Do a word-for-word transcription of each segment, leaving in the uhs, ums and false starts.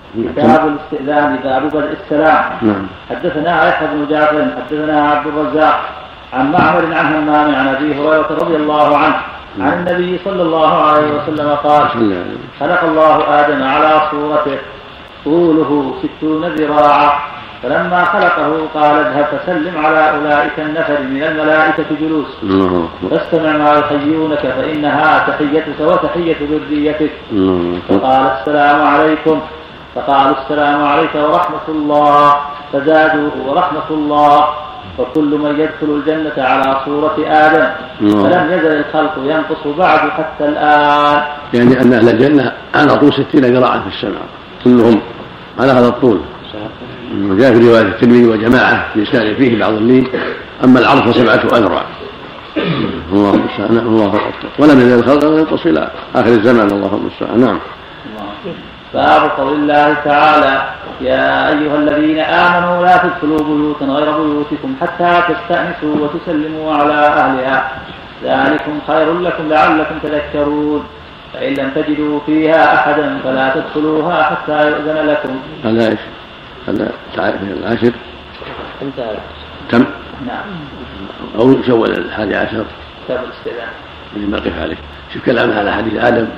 كتاب الاستئذان باب بدء السلام. حدثنا يحيى بن جعفر حدثنا عبد الرزاق عن معمر عن همام عن ابي هريره رضي الله عنه عن النبي صلى الله عليه وسلم قال: خلق الله آدم على صورته طوله ستون ذراعا، فلما خلقه قال: اذهب فسلم على أولئك النفر من الملائكة جلوس، فاستمع ما يحيونك فإنها تحيتك وتحية ذريتك. فقال: السلام عليكم، فقالوا: السلام عليك ورحمة الله، فزادوا: ورحمة الله. فكل من يدخل الجنة على صورة آدم، فلم يزل الخلق ينقص بعد حتى الآن. يعني أن أهل الجنة على طول ستين ذراعا في السماء كلهم على هذا الطول. جاء في رواية الترمذي وجماعة بإسناد فيه بعض الليل: أما العرش فسبعة أذرع. الله المستعان. الله أكبر. ولم يزل الخلق ينقص إلى آخر الزمان. الله المستعان. نعم. باب قول الله تعالى: يا أيها الذين آمنوا لا تدخلوا بيوتا غير بيوتكم حتى تستأنسوا وتسلموا على أهلها، ذلكم خير لكم لعلكم تذكرون، فإن لم تجدوا فيها أحدا فلا تدخلوها حتى يؤذن لكم. هذا إيش؟ هذا تعرف العاشر انتهى كم؟ نعم. أو سوى الحادي عشر كتاب الاستئذان اللي ما قف عليه. شوف كلام على حديث آدم.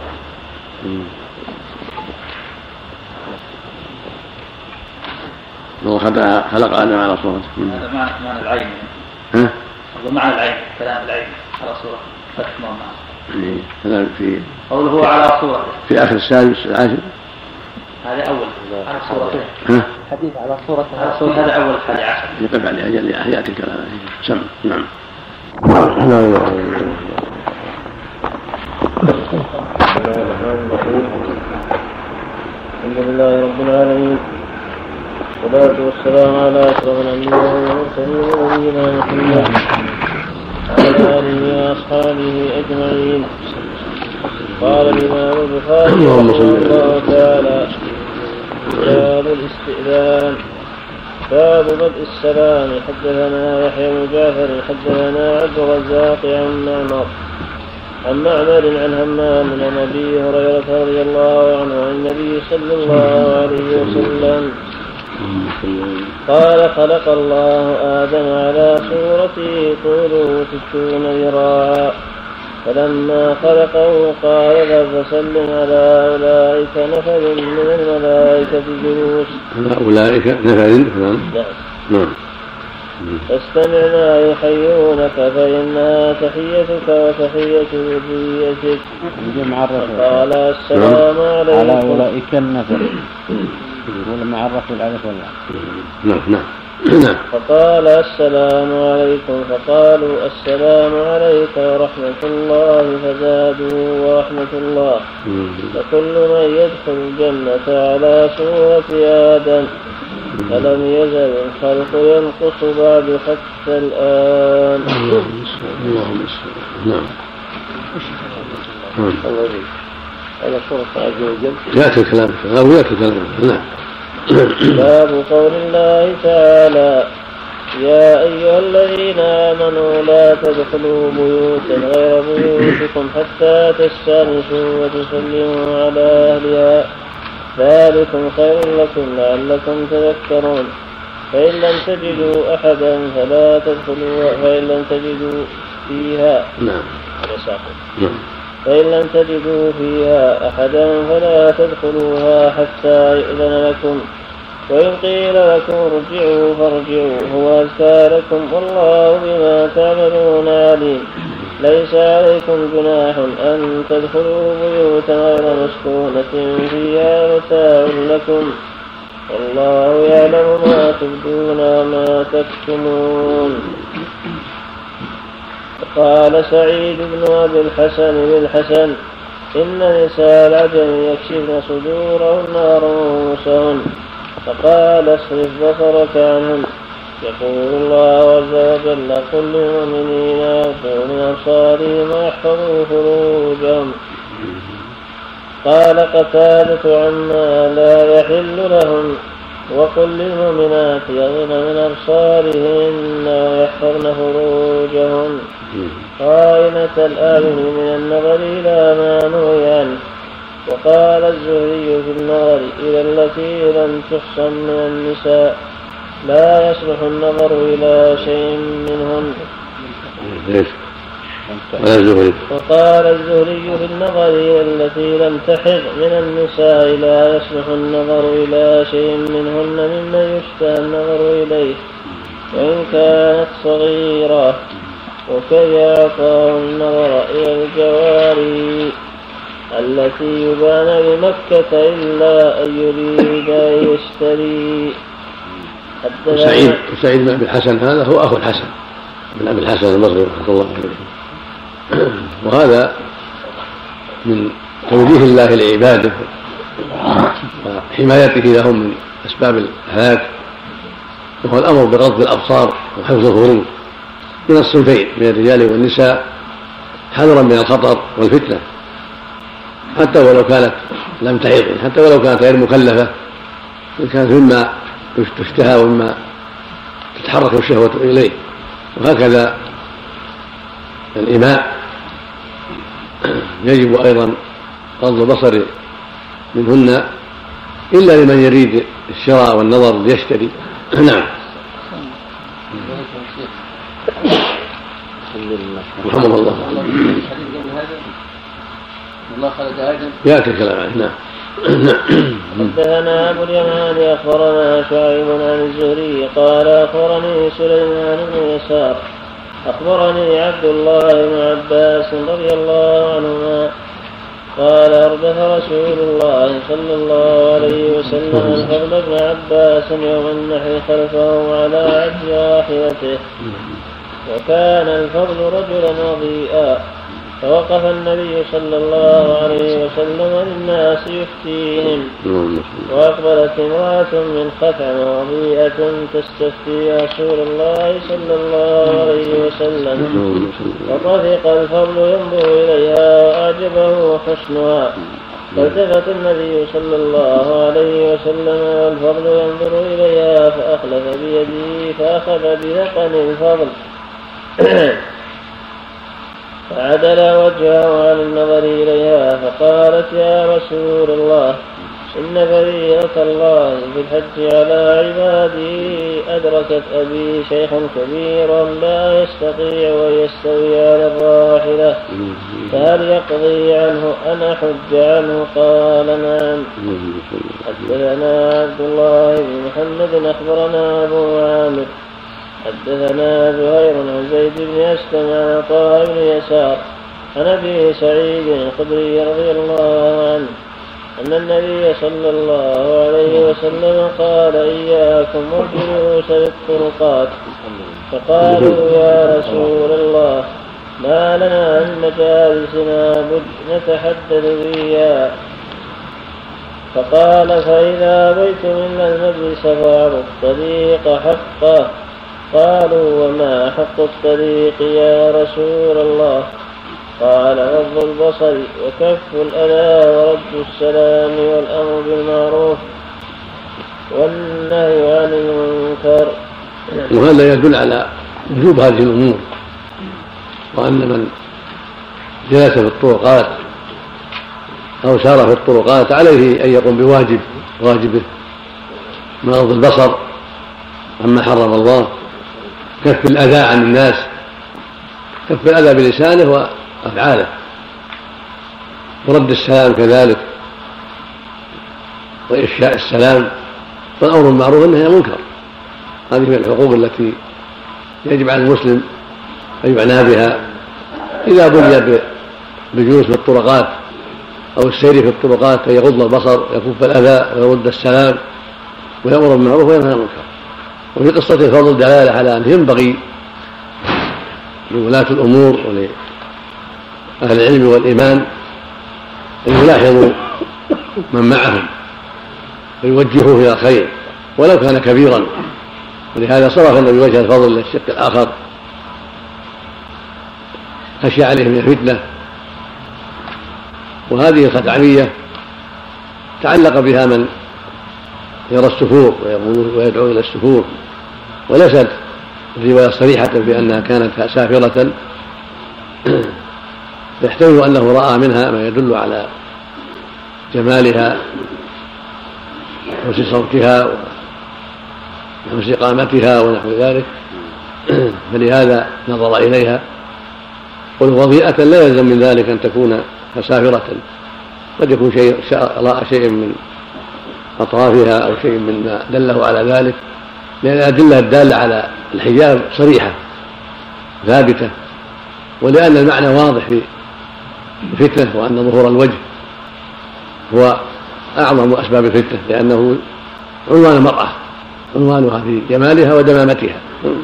الله خلق آدم على صورته. هذا معنى معنى العين. ها؟ هذا معنى العين، كلام العين على صورة فتح مرمى. هذا في قوله على صورته في آخر السادس العاشر. هذا أول على صورته. ها؟ حديث على صورته. على صورة هذا أول حادي عشر. يقف عليه أجل يأتي الكلام. سمع. نعم. الحمد لله رب العالمين، والصلاة والسلام على أشرف الأنبياء والمرسلين نبينا محمد وعلى آله وأصحابه أجمعين. قال الإمام البخاري رحمه الله تعالى: باب الاستئذان. باب بدء السلام. حدثنا يحيى بن جعفر حدثنا عبد الرزاق عن معمر عن معمر عن همام عن أبي هريرة رضي الله عنه عن النبي صلى الله عليه وسلم قال: خلق الله آدم على صورته طوله ستون ذراعا، فلما خلقه قال: اذهب فسلم على أولئك نفر من الملائكة جلوس. أولئك نفر. نعم. فاستمع ما يحيونك فإنها تحيتك وتحية ذريتك. فقال: السلام عليكم. على أولئك النفر. يقول ما عرفوا العرف ولا. نعم نعم. فقال: السلام عليكم. فقالوا: السلام عليك ورحمة الله، فزادوا: ورحمة الله. فكل من يدخل الجنة على صورة آدم، فلم يزل الخلق ينقص بعد حتى الآن. اللهم نعم. هذا صورة عز وجل. يأتي الكلام أو يأتي الكلام. نعم. باب قول الله تعالى: يا أيها الذين آمنوا لا تدخلوا بيوتا غير بيوتكم حتى تستأنسوا وتسلموا على أهلها، ذلكم خير لكم لعلكم تذكرون. فإن لم تجدوا أحدا فلا تدخلوا فإن لم تجدوا فيها نعم. فإن لم تجدوا فيها أحدا فلا تدخلوها حتى يؤذن لكم، وإن قيل لكم ارجعوا فارجعوا هو أزكى لكم، والله بما تعملون عليم. ليس عليكم جناح أن تدخلوا بيوتا غير مسكونة فيها متاع لكم، والله يعلم ما تبدون وما تكتمون. قال سعيد بن أبي الحسن للحسن: إن نساء العجم يكشفن صدورهن ورؤوسهن. فقال: اصرف بصرك عنهن. يقول الله عز وجل: قل للمؤمنين يغضوا من أبصارهم ويحفظوا فروجهم. قال قتادة: عما لا يحل لهم. وقل للمؤمنات يغضن من أبصارهن ويحفظن فروجهن. قائمة الآمن من النظر إلى ما نهي عنه، وقال الزهري في النظر إلى التي لم تحصن من النساء لا يصلح النظر إلى شيء منهن. وقال الزهري في النظر إلى التي لم تحض من النساء لا يصلح النظر إلى شيء منهن مما يشتهى النظر إليه وإن كانت صغيرة. وكذا أعطاه النظر إلى الجواري التي يبان بمكة إلا أن يريد أن يشتري. سعيد سعيد بن أبي الحسن هذا هو أخو الحسن بن أبي الحسن البصري رحمه الله عليه. وهذا من توجيه الله لعباده وحمايته لهم من أسباب الهلاك، وهو الأمر بغض الأبصار وحفظ الفروج من الصنفين من الرجال والنساء حذرا من الخطر والفتنة، حتى ولو كانت لم تحض، حتى ولو كانت غير مكلفة، إن كانت مما تشتهى ومما تتحرك الشهوة إليه. وهكذا الإماء يجب أيضا غض البصر منهن إلا لمن يريد الشراء والنظر ليشتري. نعم. رحمه الله. يأتي الكلام عنه. نعم. حدثنا أبو اليمان أخبرنا شعيب عن الزهري قال أخبرني سليمان بن يسار أخبرني عبد الله بن عباس رضي الله عنهما قال أردف رسول الله صلى الله عليه وسلم الفضل بن عباس يوم النحر خلفه على عجز راحلته، وكان الفضل رجلا وضيئا، فوقف النبي صلى الله عليه وسلم للناس يفتيهم، وأقبلت امرأة من خثعم وضيئة تستفتي رسول الله صلى الله عليه وسلم، فطفق الفضل ينظر إليها وأعجبه حسنها، فالتفت النبي صلى الله عليه وسلم والفضل ينظر إليها فأخلف بيده فأخذ بذقن الفضل فعدل وجهه عن النظر إليها فقالت يا رسول الله إن فريضة الله في الحج على عباده أدركت أبي شيخ كبير لا يستطيع أن يستوي على الراحلة فهل يقضي عنه أن أحج عنه؟ قال نعم. حدثنا عبد الله بن محمد أخبرنا أبو عامر حدثنا زهير عن زيد بن أسلم عن عطاء بن يسار عن أبي سعيد الخدري رضي الله عنه أن النبي صلى الله عليه وسلم قال إياكم والجلوس بالطرقات، فقالوا يا رسول الله ما لنا من مجالسنا بد نتحدث فيها، فقال فإذا أبيتم إلا المجلس فاعرضوا الطريق حقه. قالوا وما حق الطريق يا رسول الله؟ قال غض البصر وكف الأذى ورد السلام والأمر بالمعروف والنهي عن المنكر. وهذا يدل على وجوب هذه الأمور، وأن من جلس في الطرقات أو سار في الطرقات عليه أن يقوم بواجب واجبه من غض البصر عما حرم الله، كف الأذى عن الناس، كف الأذى بلسانه وأفعاله، ورد السلام كذلك، وإفشاء السلام، والأمر بالمعروف والنهي عن المنكر. هذه من الحقوق التي يجب على المسلم أن يعنى بها إذا بني بجلوس في الطرقات أو السير في الطرقات، أن يغض البصر يكف الأذى ويرد السلام ويأمر بالمعروف وينهى عن المنكر. وفي قصة الفضل دلالة على أن ينبغي لولاة الأمور ولأهل العلم والإيمان أن يلاحظوا من معهم ويوجهوه إلى الخير ولو كان كبيرا، ولهذا صرف النبي وجه الفضل إلى الشق الآخر خشي عليه من الفتنة. وهذه الخدعمية تعلق بها من يرى السفور ويدعو إلى السفور، وليست الرواية صريحة بأنها كانت سافرة، يحتمل أنه رأى منها ما يدل على جمالها وحسن صوتها وحسن قامتها ونحو ذلك، فلهذا نظر إليها. والوضيئة لا يلزم من ذلك أن تكون مسافرة، قد يكون شيء رأى شيء من أطرافها أو شيء مما دله على ذلك، لأن الأدلة الدالة على الحجاب صريحة ثابتة، ولأن المعنى واضح في الفتنة، وأن ظهور الوجه هو أعظم أسباب الفتنة، لأنه عنوان المرأة، عنوانها في جمالها ودمامتها.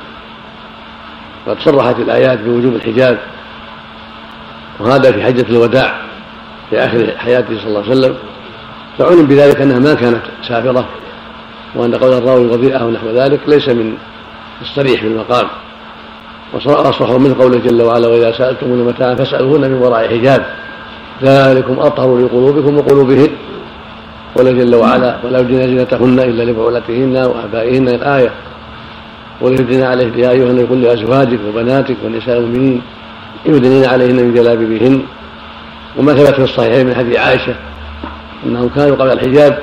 قد صرحت الآيات بوجوب الحجاب، وهذا في حجة الوداع في آخر حياته صلى الله عليه وسلم، فعلم بذلك أنها ما كانت سافرة، وأن قول الراوي وضيئة ونحو ذلك ليس من الصريح في المقام، وأصرحوا من قوله جل وعلا: وإذا سألتمون متاعا فاسألوهن من وراء حجاب ذلكم أطهر لقلوبكم وقلوبهن. قال جل وعلا: ولا يبدين زينتهن إلا لبعولتهن وآبائهن الآية. ويهدين عليه يا أيها النبي قل لأزواجك وبناتك ونساء المؤمنين يهدين عليهن من جلابيبهن. وما ثبت في الصحيحين من حديث عائشة أنهم كانوا قبل الحجاب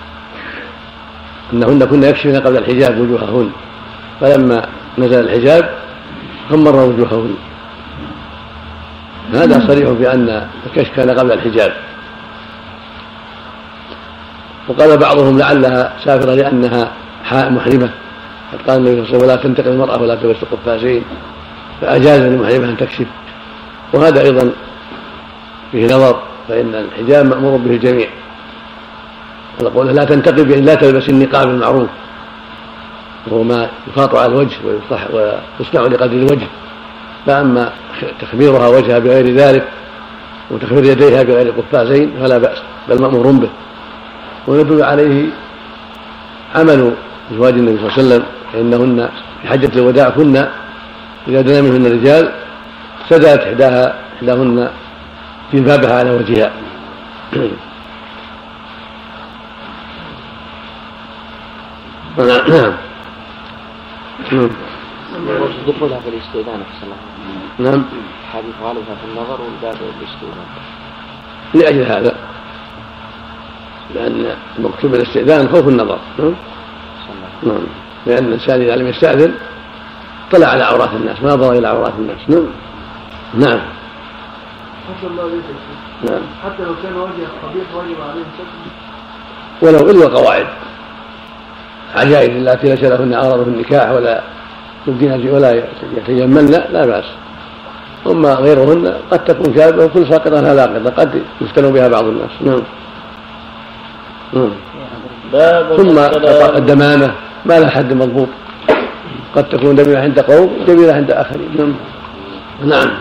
أنهن كن يكشفن قبل الحجاب وجوههن، فلما نزل الحجاب خمر وجوههن. هذا صريح بأن الكشف كان قبل الحجاب. وقال بعضهم لعلها سافرة لأنها محرمة، قد قال النبي صلى الله عليه وسلم: ولا تنتقل المرأة ولا تلبس قفازين، فأجاز للمحرمة أن تكشف. وهذا أيضا فيه نظر، فإن الحجاب مأمور به الجميع، ونقول لا تنتقل بأن لا تلبس النقاب المعروف، وهو ما يخاط على الوجه ويصنع لقدر الوجه. فأما تخميرها وجهها بغير ذلك وتخمير يديها بغير قفازين فلا بأس، بل مأمور به. ويدل عليه عمل أزواج النبي صلى الله عليه وسلم، فإنهن في حجة الوداع كنا إذا دنا منهن الرجال سدت إحداها إحداهن جلبابها على وجهها. نعم. دخولها في الاستئذان في الصلاة. نعم. حديث غالبها في النظر والباب الاستئذان. لأجل هذا، لأن المقصود بالاستئذان خوف النظر. نعم. لأن الإنسان إذا لم يستأذن طلع على عورات الناس، ما نظر إلى عورات الناس. نعم. نعم. نعم. حتى لو كان وجه قبيح وجب عليه الستر، ولو إلا القواعد عجائز التي ليس لهن عرض في النكاح ولا يبدين ولا يتجملن لا بأس. أما غيرهن قد تكون كاذبة وكل ساقطة لها لاقطة، قد يفتن بها بعض الناس. نعم. نعم. ثم الدمامة ما لها حد مضبوط، قد تكون جميلة عند قوم جميلة عند آخرين. نعم. نعم.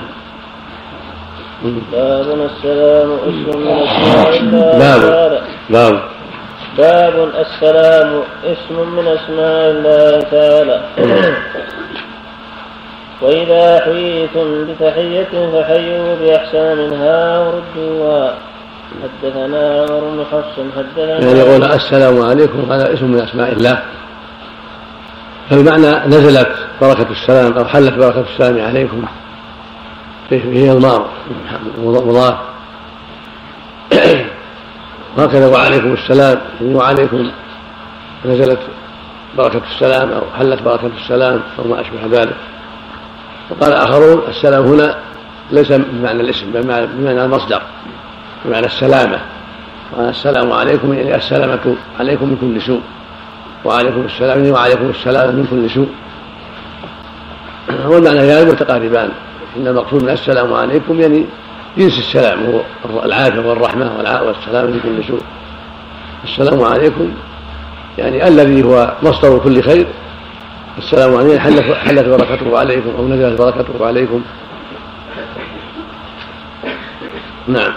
باب السلام اسم من اسماء الله تعالى. باب باب السلام اسم من اسماء الله تعالى. وإذا حييتم بتحية فحيوا بأحسن منها وردوها. حدثنا عمر بن حفص حدثنا يعني يقول السلام عليكم هذا اسم من اسماء الله، فالمعنى نزلت بركة السلام أو حلت بركة السلام عليكم، هي المار مضاف. هكذا وعليكم السلام، وعليكم نزلت بركة السلام أو حلت بركة السلام أو ما أشبه ذلك. وقال آخرون السلام هنا ليس بمعنى الاسم بمعنى المصدر، بمعنى السلامة. السلام عليكم يعني السلامة عليكم من كل سوء، وعليكم السلام وعليكم السلام من كل سوء. والمعنى يعني متقاربان، إن المقصود من السلام عليكم يعني جنس السلام، هو العافية والرحمة والسلام من كل سوء. السلام عليكم يعني الذي هو مصدر كل خير، السلام عليكم حلت, حلت بركته عليكم أو نزلت بركته عليكم. نعم.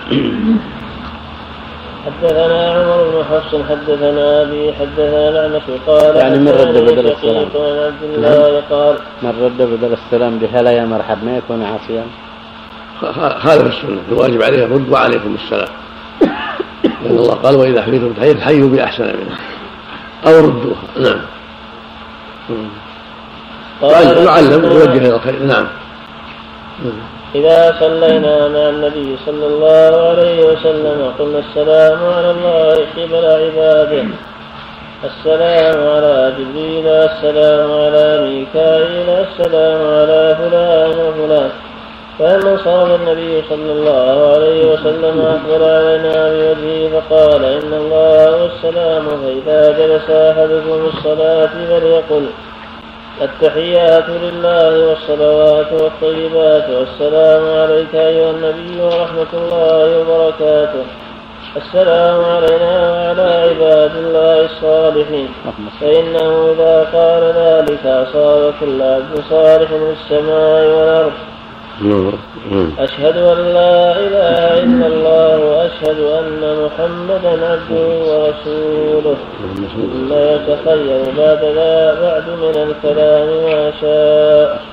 حدثنا عمر بن حفص حدثنا أبي حدثنا الأعمش قال يعني من رد بدل السلام قال من رد بدل السلام بهلا يا مرحب ما يكون عاصيا، خالف السنة، الواجب عليه الرد وعليكم السلام، لأن الله قال وإذا حييتم بتحية حيوا بأحسن منها أو ردوها. نعم. يعلم ويوجه إلى الخير. نعم. إذا صلينا مع النبي صلى الله عليه وسلم قلنا السلام على الله قبل عباده، السلام على جبريل، السلام على ميكائيل، السلام على فلان وفلان. فلما صلى النبي صلى الله عليه وسلم أقبل علينا بوجهه فقال: إن الله والسلام، فإذا جلس أحدكم الصلاة فليقل: التحيات لله والصلوات والطيبات، والسلام عليك أيها النبي ورحمة الله وبركاته، السلام علينا وعلى عباد الله الصالحين. فإنه إذا قال ذلك أصاب كل عبد صالح في السماء والأرض. أشهد أن لا إله إلا الله وأشهد أن محمدا عبده ورسوله. ثم يتخير بعد ذا بعد من الكلام ما شاء.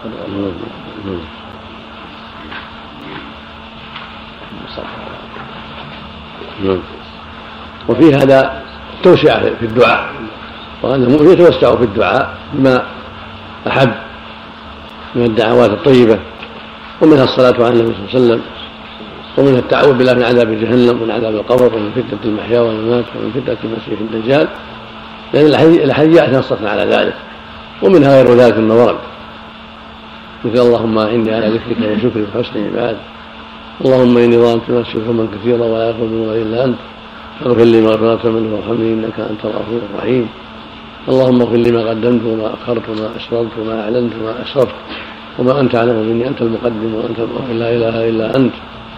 وفي هذا توسعة في الدعاء، وأن المؤمن يتوسع في الدعاء بما أحب من الدعوات الطيبة، ومنها الصلاة على النبي صلى الله عليه وسلم، ومنها التعوذ بالله من عذاب جهنم ومن عذاب القبر ومن فتنة المحيا والممات ومن فتنة المسيح الدجال، لأن الحديث جاءت نصا على ذلك. ومنها غير ذلك مما ورد، مثل اللهم إني على ذكرك وشكرك وحسن عبادك، اللهم إني ظلمت نفسي ظلما كثيرا ولا يغفر الذنوب إلا أنت فاغفر لي مغفرة منك وارحمني إنك أنت الغفور الرحيم، اللهم اغفر لي ما قدمت وما أخرت وما أسررت وما أعلنت وما أسرفت وما أنت أعلم مني، أنت المقدم وأنت المؤخر لا إله إلا أنت،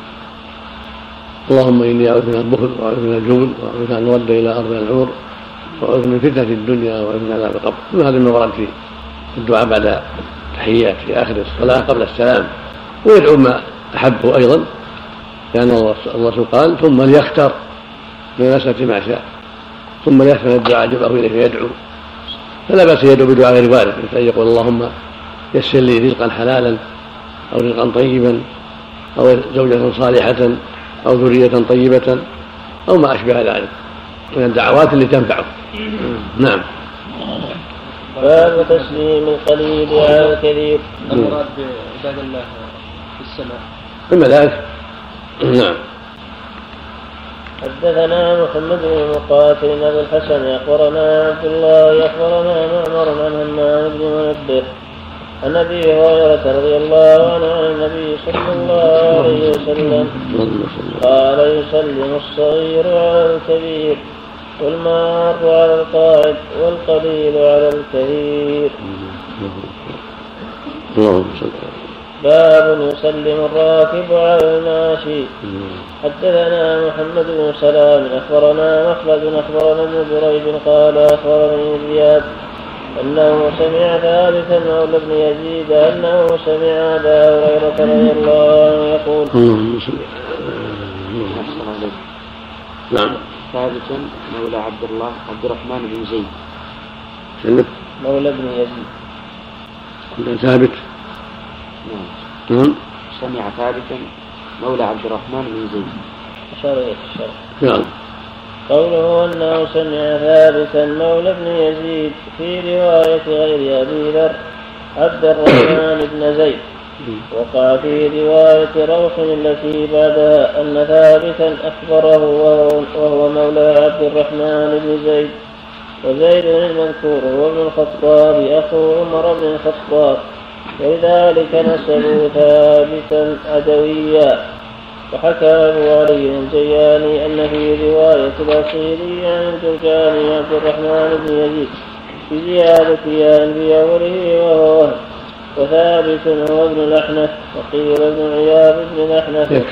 اللهم إني أعوذ من البخل وأعوذ من الجبن وأعوذ أن نرد إلى أرض العمر وأعوذ من فتنة الدنيا وأعوذ من عذاب القبر. كل هذا ما ورد في الدعاء بعد التحيات في آخر الصلاة قبل السلام، ويدعو ما أحبه أيضا، لأن الله قال: ثم ليختر من المسألة ما شاء، ثم ليختر الدعاء جبه إليه فيدعو، فلا بأس يدعو بدعاء غير وارد، مثل يقول: اللهم يسر لي رزقا حلالا أو رزقا طيبا أو زوجة صالحة أو ذرية طيبة أو ما أشبه ذلك من الدعوات اللي تنفعه. نعم. باب تسليم القليل على الكثير. المراد بعباد الله في السماء الملائكة. نعم. حدثنا محمد بن مقاتل أبو الحسن أخبرنا عبد الله أخبرنا معمر عن همام بن منبه عن أبي هريرة رضي الله عنه عن النبي صلى الله عليه وسلم قال: يسلم الصغير على الكبير والمار على القاعد والقليل على الكثير. باب يسلم الراكب على الماشي. حدثنا محمد بن سلام أخبرنا مخلد أخبرنا ابن جريج قال أخبرني زياد أنه سمع ثابتا مولى بن يزيد أنه سمع أبا هريرة رضي الله عنه يقول: نعم. ثابتا مولى عبد الله عبد الرحمن بن زيد مولى بن يزيد ثابت. نعم. سمع ثابتا مولى عبد الرحمن بن زيد. أشار إليه الشرح. نعم. قوله أنه سمع ثابتا مولى بن يزيد في رواية غير أبي ذر عبد الرحمن بن زيد، وقع في رواية روح التي بعدها أن ثابتا أخبره وهو مولى عبد الرحمن بن زيد. وزيد المذكور هو ابن الخطاب أخو عمر بن الخطاب، ولذلك نسبوا ثابتا عدويا. وحكى أبو علي الجياني أن في رواية الأصيلي عن الجرجاني عبد الرحمن بن يزيد بزيادة أن في أوله وهو وهم، وثابت هو ابن الأحنف، وقيل ابن عياض بن الأحنف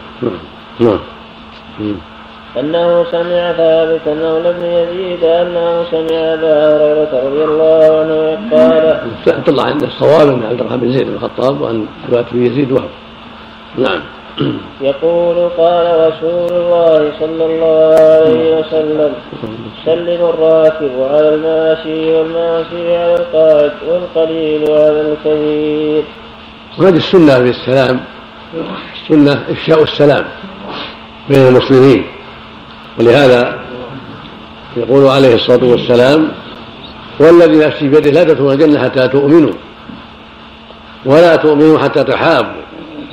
أنه سمع ثابتا مولى بن يزيد أنه سمع أبا هريرة رضي الله عنه قال: طلع عند الصواب أن عبد الرحمن بن زيد بن الخطاب وأن رواية بن يزيد وهم. نعم. يقول: قال رسول الله صلى الله عليه وسلم: سلم الراكب على الماشي والماشي على القاعد والقليل على الكثير. وهذه السنة في السلام سنة إفشاء السلام بين المسلمين، ولهذا يقول عليه الصلاة والسلام: والذي نفسي بيده لا تدخلون الجنة حتى تؤمنوا ولا تؤمنوا حتى تحابوا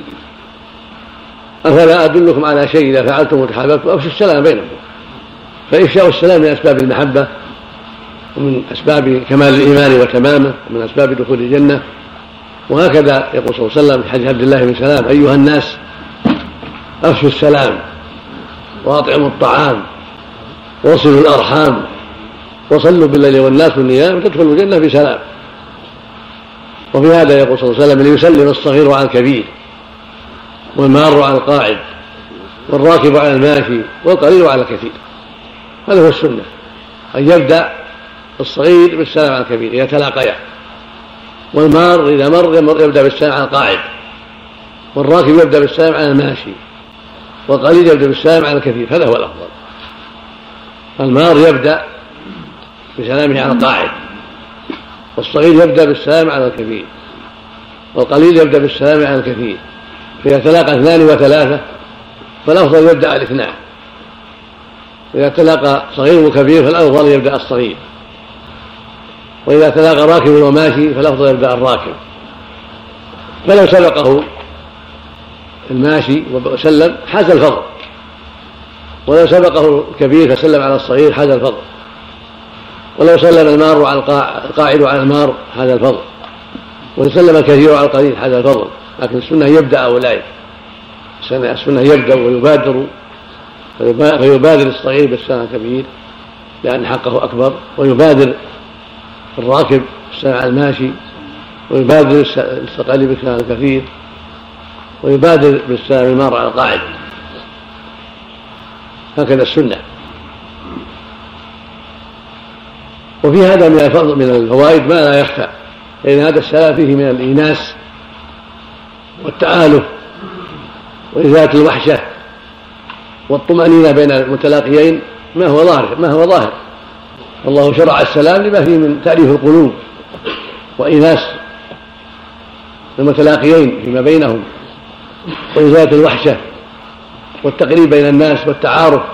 أفلا أدلكم على شيء إذا فعلتم وتحاببتم أفشوا السلام بينكم. فإفشاء السلام من أسباب المحبة ومن أسباب كمال الإيمان وتمامه ومن أسباب دخول الجنة. وهكذا يقول صلى الله عليه وسلم في حديث عبد الله بن سلام: أيها الناس أفشوا السلام وأطعموا الطعام وصلوا الأرحام وصلوا بالليل والناس نيام تدخلوا الجنة بسلام. وفي هذا يقول صلى الله عليه وسلم: ليسلم الصغير على الكبير والمار على القاعد والراكب على الماشي والقليل على الكثير. هذا هو السنة، أن يبدأ الصغير بالسلام على الكبير يتلاقيا، والمار إذا مر يبدأ بالسلام على القاعد، والراكب يبدأ بالسلام على الماشي، والقليل يبدأ بالسلام على الكثير. هذا هو الأفضل. المار يبدأ بسلامه على القاعد، والصغير يبدأ بالسلام على الكبير، والقليل يبدأ بالسلام على الكثير. فإذا تلاقى اثنان وثلاثة فالأفضل يبدأ الاثنان، وإذا تلاقى صغير وكبير فالأفضل يبدأ الصغير، وإذا تلاقى راكب وماشي فالأفضل يبدأ الراكب. فلو سبقه الماشي وسلم حاز الفضل، ولو سبقه الكبير فسلم على الصغير حاز الفضل، ولو سلم المار على القاعد على المار هذا الفضل، وسلم الكثير على القليل هذا الفضل. لكن السنة يبدأ أولئك، السنة يبدأ ويبادر، فيبادر الصغير بالسلام الكبير لأن حقه أكبر، ويبادر الراكب بالسلام على الماشي، ويبادر القليل بالسلام الكثير، ويبادر بالسلام المار على القاعد. هكذا السنة. وفي هذا من الفضل من الفوائد ما لا يخفى، لأن هذا السلام فيه من الإيناس والتآلف وإزالة الوحشة والطمأنينة بين المتلاقيين ما هو ظاهر ما هو ظاهر الله شرع السلام لما فيه من تأليف القلوب وإيناس المتلاقيين فيما بينهم، وإزالة الوحشة والتقريب بين الناس والتعارف.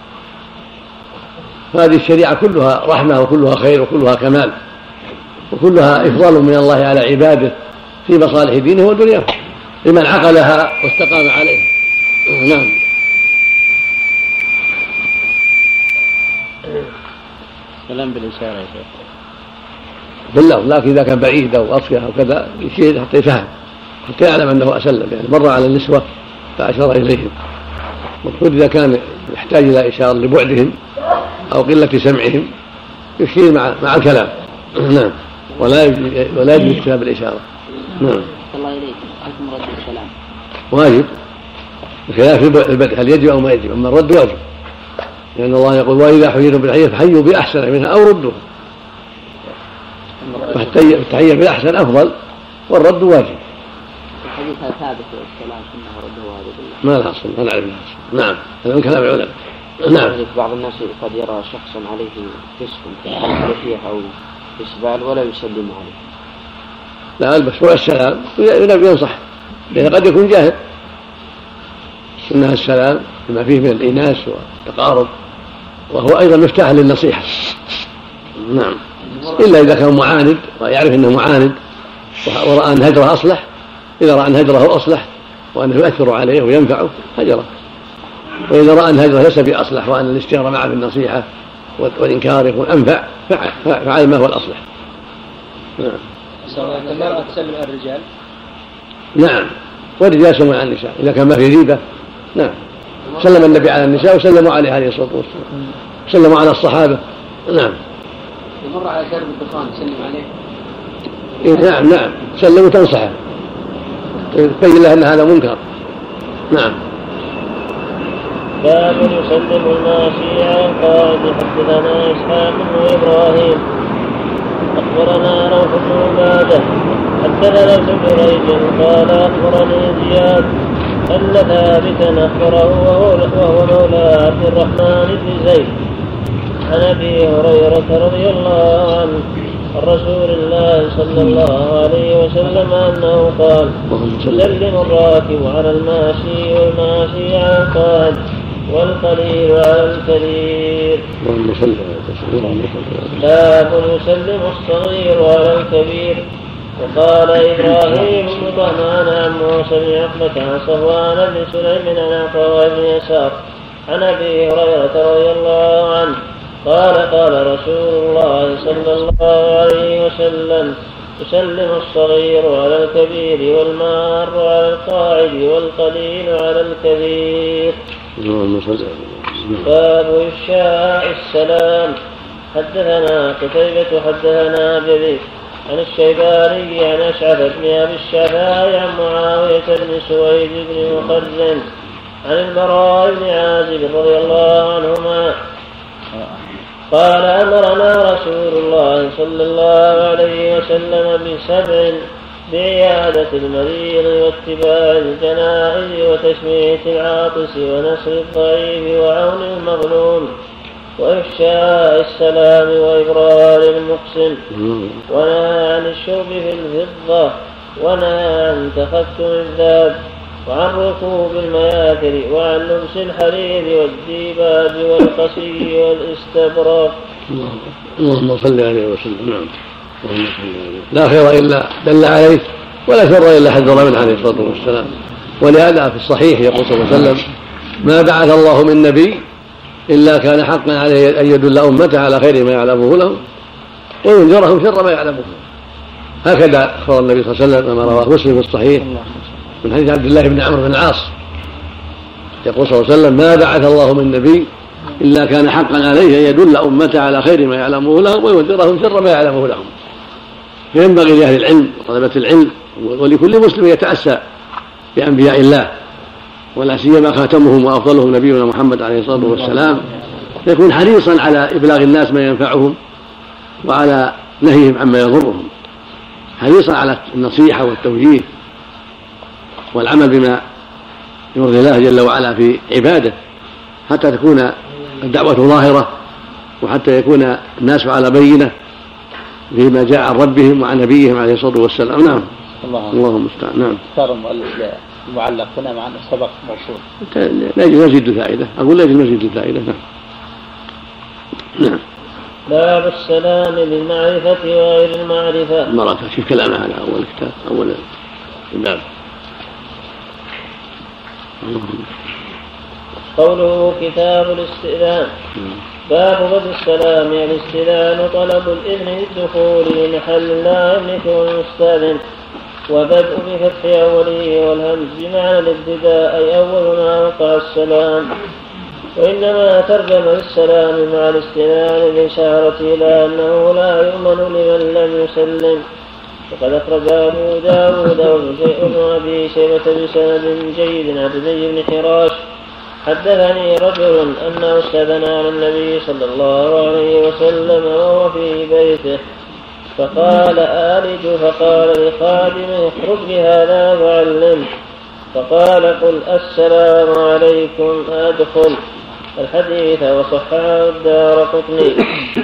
هذه الشريعة كلها رحمة وكلها خير وكلها كمال وكلها إفضال من الله على عباده في مصالح دينه ودنياه لمن عقلها واستقام عليها. نعم. سلام بالإشارة يا شيخ بالله، لكن إذا كان بعيد أو أصفح أو كذا يشير حتى يفهم، حتى يعلم أنه أسلم. يعني مر على النسوة فأشار إليهم، مقصود إذا كان يحتاج إلى إشارة لبعدهم أو قلة سمعهم يشير مع مع الكلام. نعم. ولا ولا يجوز اكتساب الإشارة. نعم. الله إليك، حكم رد السلام واجب بخلاف البدء هل يجب أو ما يجب، أما الرد واجب، لأن الله يقول: وإذا حييتم بالتحية فحيوا بأحسن منها أو ردوها. فالتحية بالأحسن أفضل والرد واجب. الحديث هذا ثابت السلام سنة ورده هذا بالله. ما له أصل، ما نعرف له أصل. نعم، هذا من كلام العلماء. نعم. بعض الناس قد يرى شخصا عليه كسف في أو إسبال ولا يسلم عليه. لا، المشروع السلام ينصح، لأنه قد يكون جاهل. سنة السلام بما فيه من الإناس والتقارب، وهو أيضا مفتاح للنصيحة. نعم. إلا إذا كان معاند ويعرف أنه معاند ورأى أن هجره أصلح، إذا رأى أن هجره أصلح وأنه يؤثر عليه وينفعه هجره، وإذا رأى أن هجره ليس بأصلح وأن الاستمرار معه بالنصيحة والإنكار يكون أنفع فعل ما هو الأصلح. نعم. المرأة تسلم على الرجال؟ نعم، والرجال يسلمون على النساء إذا كان ما في ريبة. نعم. سلم النبي على النساء وسلموا عليه عليه الصلاة والسلام، سلموا على الصحابة. نعم. يمر على شرب الدخان تسلم عليه؟ إيه نعم نعم، سلم وتنصحه تبين له أن هذا منكر. نعم. باب يسلم الماشي عن قائد. حدثنا إسحاق بن إبراهيم أخبرنا روح بن عبادة حدثنا ابن جريج قال أخبرني زياد أن ثابتا أخبره وهو مولى عبد الرحمن بن زيد عن أبي هريرة رضي الله عنه عن رسول الله صلى الله عليه وسلم أنه قال: يسلم الراكب على الماشي والماشي على القائد والقليل على الكبير. باب يسلم الصغير على الكبير. وقال إبراهيم بن طهمان عن موسى بن عقبة عن صفوان بن سليم عن عطاء بن يسار عن أبي هريرة رضي الله عنه قال قال رسول الله صلى الله عليه وسلم يسلم الصغير على الكبير والمار على القاعد والقليل على الكثير. باب إفشاء السلام. حدثنا قتيبة حدثنا أبي عن الشيباني عن أشعث بن أبي الشعثاء عن معاوية بن سويد بن مخزن عن البراء بن عازب رضي الله عنهما قال أمرنا رسول الله صلى الله عليه وسلم بسبع: بعيادة المريض واتباع الجنائز وتشميت العاطس ونصر الضعيف وعون المظلوم وإفشاء السلام وإبرار المقسم، ونهى عن الشرب في الفضة، ونهى عن تختم الذهب، وعن ركوب المياثر، وعن لبس الحرير والديباج والقصي والاستبرق. اللهم صل عليه وسلم. نعم. لا خير إلا دل عليه ولا شر إلا حذر منه عليه الصلاة والسلام. ولهذا في الصحيح يقول صلى الله عليه وسلم: ما بعث الله من نبي إلا كان حقا عليه أن يدل أمته على خير ما يعلمه لهم وينذرهم شر ما يعلمه. هكذا أخبر النبي صلى الله عليه وسلم كما رواه مسلم في الصحيح من حديث عبد الله بن عمرو بن العاص يقول صلى الله عليه وسلم: ما بعث الله من نبي إلا كان حقا عليه أن يدل أمته على خير ما يعلمه لهم وينذرهم شر ما يعلمه لهم. فينبغي لأهل العلم وطلبة العلم ولكل مسلم يتأسى بأنبياء الله، ولا سيما خاتمهم وأفضلهم نبينا محمد عليه الصلاة والسلام، يكون حريصا على إبلاغ الناس ما ينفعهم وعلى نهيهم عما يضرهم، حريصا على النصيحة والتوجيه والعمل بما يرضي الله جل وعلا في عباده، حتى تكون الدعوة ظاهرة وحتى يكون الناس على بينة فيما جاء عن ربهم وعن نبيهم عليه الصلاة والسلام. نعم. اللهم المستعان. نعم. اختار المؤلف المعلق هنا مع السبق موصول. لا يجوز مزيد الفائدة. أقول لا يجوز مزيد الفائدة. نعم. نعم. باب السلام بالمعرفة وغير المعرفة. مرة شوف كلامه على أول كتاب أول الباب. قوله كتاب الاستئذان. باب بدء السلام يعني الاستئذان طلب الإذن للدخول لمحل لا يملكه المستأذن، وبدء بفتح أوله والهمز بمعنى الابتداء أي أول ما وقع السلام. وإنما ترجم للسلام مع الاستئذان الإشارة إلى أنه لا يؤمن لمن لم يسلم. وقد أخرج أبو داود وابن أبي شيبة بسند جيد عن ابي بن حراش حدثني رجل أنه استأذن على النبي صلى الله عليه وسلم وهو في بيته فقال آلج، فقال لخادمه: اخرج بهذا فعلمه. فقال: قل السلام عليكم أدخل. الحديث وصححه الدارقطني.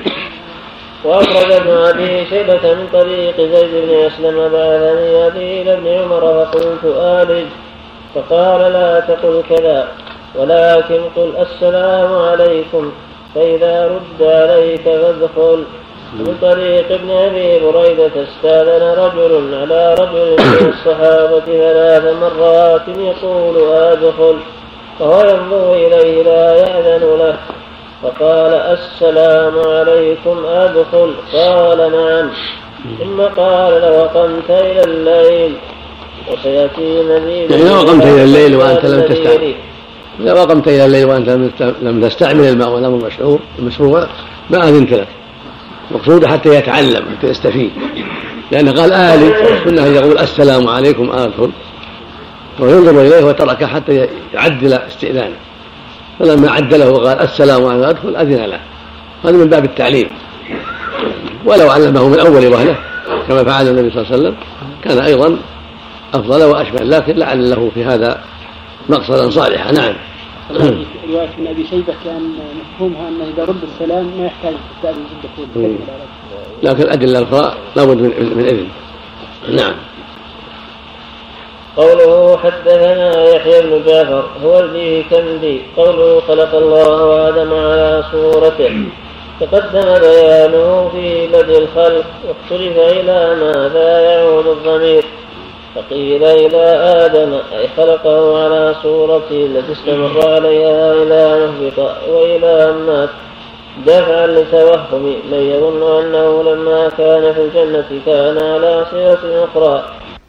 وأخرج ابن أبي شيبة من طريق زيد بن أسلم بعثني أبي إلى ابن عمر فقلت آلج، فقال: لا تقل كذا ولكن قل السلام عليكم، فإذا رد عليك فادخل. من طريق ابن أبي بريدة استأذن رجل على رجل من الصحابة ثلاث مرات يقول أدخل وهو ينظر إليه لا يأذن له، فقال: السلام عليكم أدخل. قال: نعم. ثم قال: لو قمت إلى الليل. وسيأتي مزيد. يعني لو قمت إلى الليل وأنت لم تستعمل لو قمت إلى الليل وأنت لم تستعمل الماء والأمر المشروع المشروع ما أذنت لك. مقصود حتى يتعلم حتى يستفيد، لأنه قال آلي كنا يقول السلام عليكم أدخل وينظر إليه وترك حتى يعدل استئذانه، فلما عدله وقال السلام عليكم أدخل أذن له. هذا من باب التعليم، ولو علمه من أول وهلة كما فعل النبي صلى الله عليه وسلم كان أيضا أفضل وأشمل، لكن لعل له في هذا مقصدا صالحا. نعم. رواية من أبي شيبة كان مفهومها أنه إذا رد السلام ما يحتاج التأذين في الدخول، لكن الأدلة الأخرى لابد من إذن. نعم. قوله حدثنا يحيى بن جعفر هو البيكندي. قوله خلق الله آدم على صورته. تقدم بيانه في بدء الخلق، واختلف إلى ماذا يعود الضمير، فقيل إلى آدم أي خلقه على صورته التي استمر عليها إلى مهبط وإلى أن مات، دفعا لتوهم من يظن أنه لما كان في الجنة كان على صورة أخرى.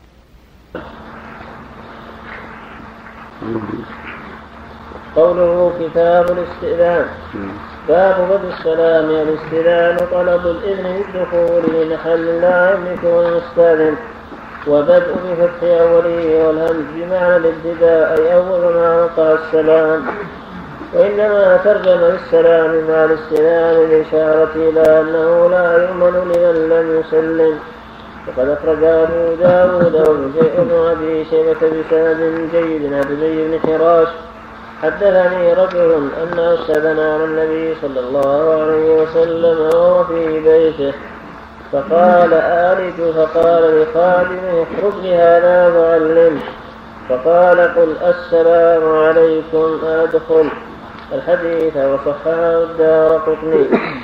قوله كتاب الاستئذان. باب بدء السلام الاستئذان طلب الإذن بالدخول لمحل لا يملكه المستأذن، وبدء بفتح أوله والهمز بمعنى الابتداء أي أول ما وقع السلام، وإنما ترجم للسلام مع الاستئذان الإشارة إلى أنه لا يؤمن لمن لم يسلم. وقد أخرج أبو داود وابن أبي شيبة بسند جيد عن أبي بن حراش حدثني رجل أنه استأذن على النبي صلى الله عليه وسلم وهو في بيته، فقال آلج، فقال لخادمه اخرج لهذا معلم، فقال قل السلام عليكم أدخل. الحديث وصححه الدارقطني.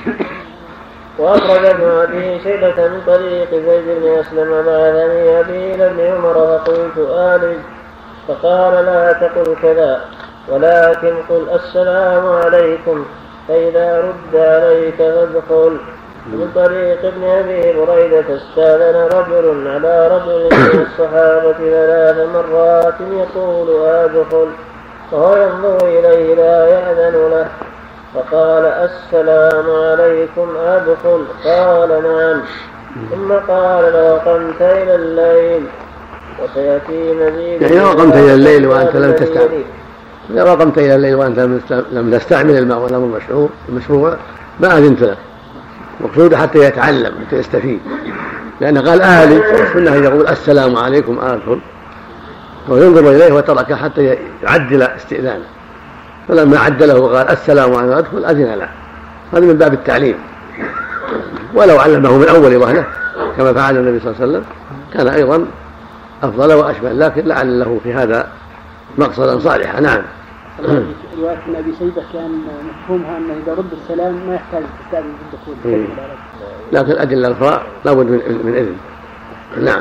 وأخرج ابن أبي شيبة من طريق زيد بن أسلم بعثني أبي إلى ابن عمر فقلت آلج، فقال لا تقل كذا ولكن قل السلام عليكم، فإذا رد عليك فادخل. من طريق ابن أبي بريدة استأذن رجل على رجل من الصحابة ثلاث مرات يقول أدخل، وهو ينظر إليه لا يأذن له، فقال السلام عليكم أدخل، قال نعم، ثم قال لو قمت إلى الليل وسيأتي مزيد. يعني لو قمت إلى الليل وأنت لم تستعمل إذا قمت إلى الليل وأنت لم تستعمل الماء والأمر المشروع ما أذنت له، مقصود حتى يتعلم حتى يستفيد، لأنه قال أهلي والسنة يقول السلام عليكم أدخل، وينظر إليه وترك حتى يعدل استئذانه، فلما عدله وقال السلام عليكم أدخل أذن له. هذا من باب التعليم، ولو علمه من أول وهلة كما فعل النبي صلى الله عليه وسلم كان أيضا أفضل وأشمل، لكن لعل له في هذا مقصدا صالحا. نعم. رواية ابن أبي شيبة كان مفهومها أنه إذا رد السلام ما يحتاج تستأذن بالدخول، لكن الأدلة الأخرى لابد من إذن. نعم.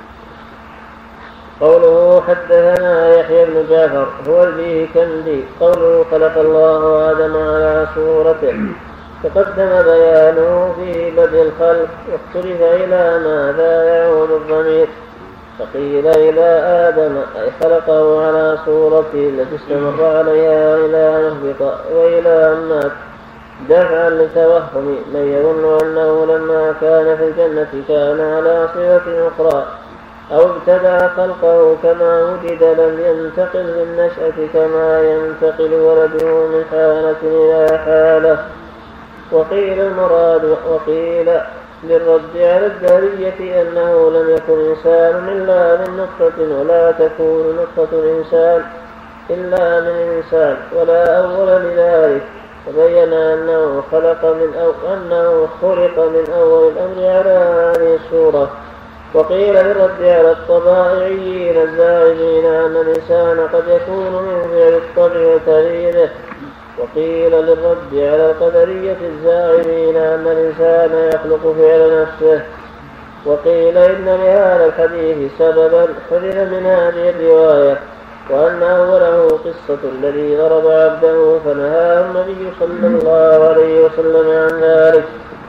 قوله حدثنا يحيى بن جعفر هو البيكندي. قوله خلق الله آدم على صورته، تقدم بيانه في بدء الخلق، واختلف إلى ماذا يعود الضمير، فقيل إلى آدم أي خلقه على صورته التي استمر عليها إلى مهبط وإلى أن مات، دفعا لتوهم من يظن أنه لما كان في الجنة كان على صورة أخرى، أو ابتدع خلقه كما وجد لم ينتقل بالنشأة كما ينتقل ولده من حالة إلى حالة. وقيل المراد وقيل للرد على الدهرية أنه لم يكن إنسان إلا من نطفة، ولا تكون نطفة الإنسان إلا من إنسان، ولا أول لذلك، وبين أنه خلق من أو أنه خلق من أول الأمر على هذه الصورة. وقيل للرد على الطبائعيين الزاعمين أن الإنسان قد يكون من فعل الطبع وتغييره. وقيل للرد على القدرية الزاعمين أن الإنسان يخلق فعل نفسه. وقيل إن لهذا الحديث سببا حذف من هذه الرواية، وأن أوله قصة الذي ضرب عبده فنهاه النبي صلى الله عليه وسلم عن ذلك،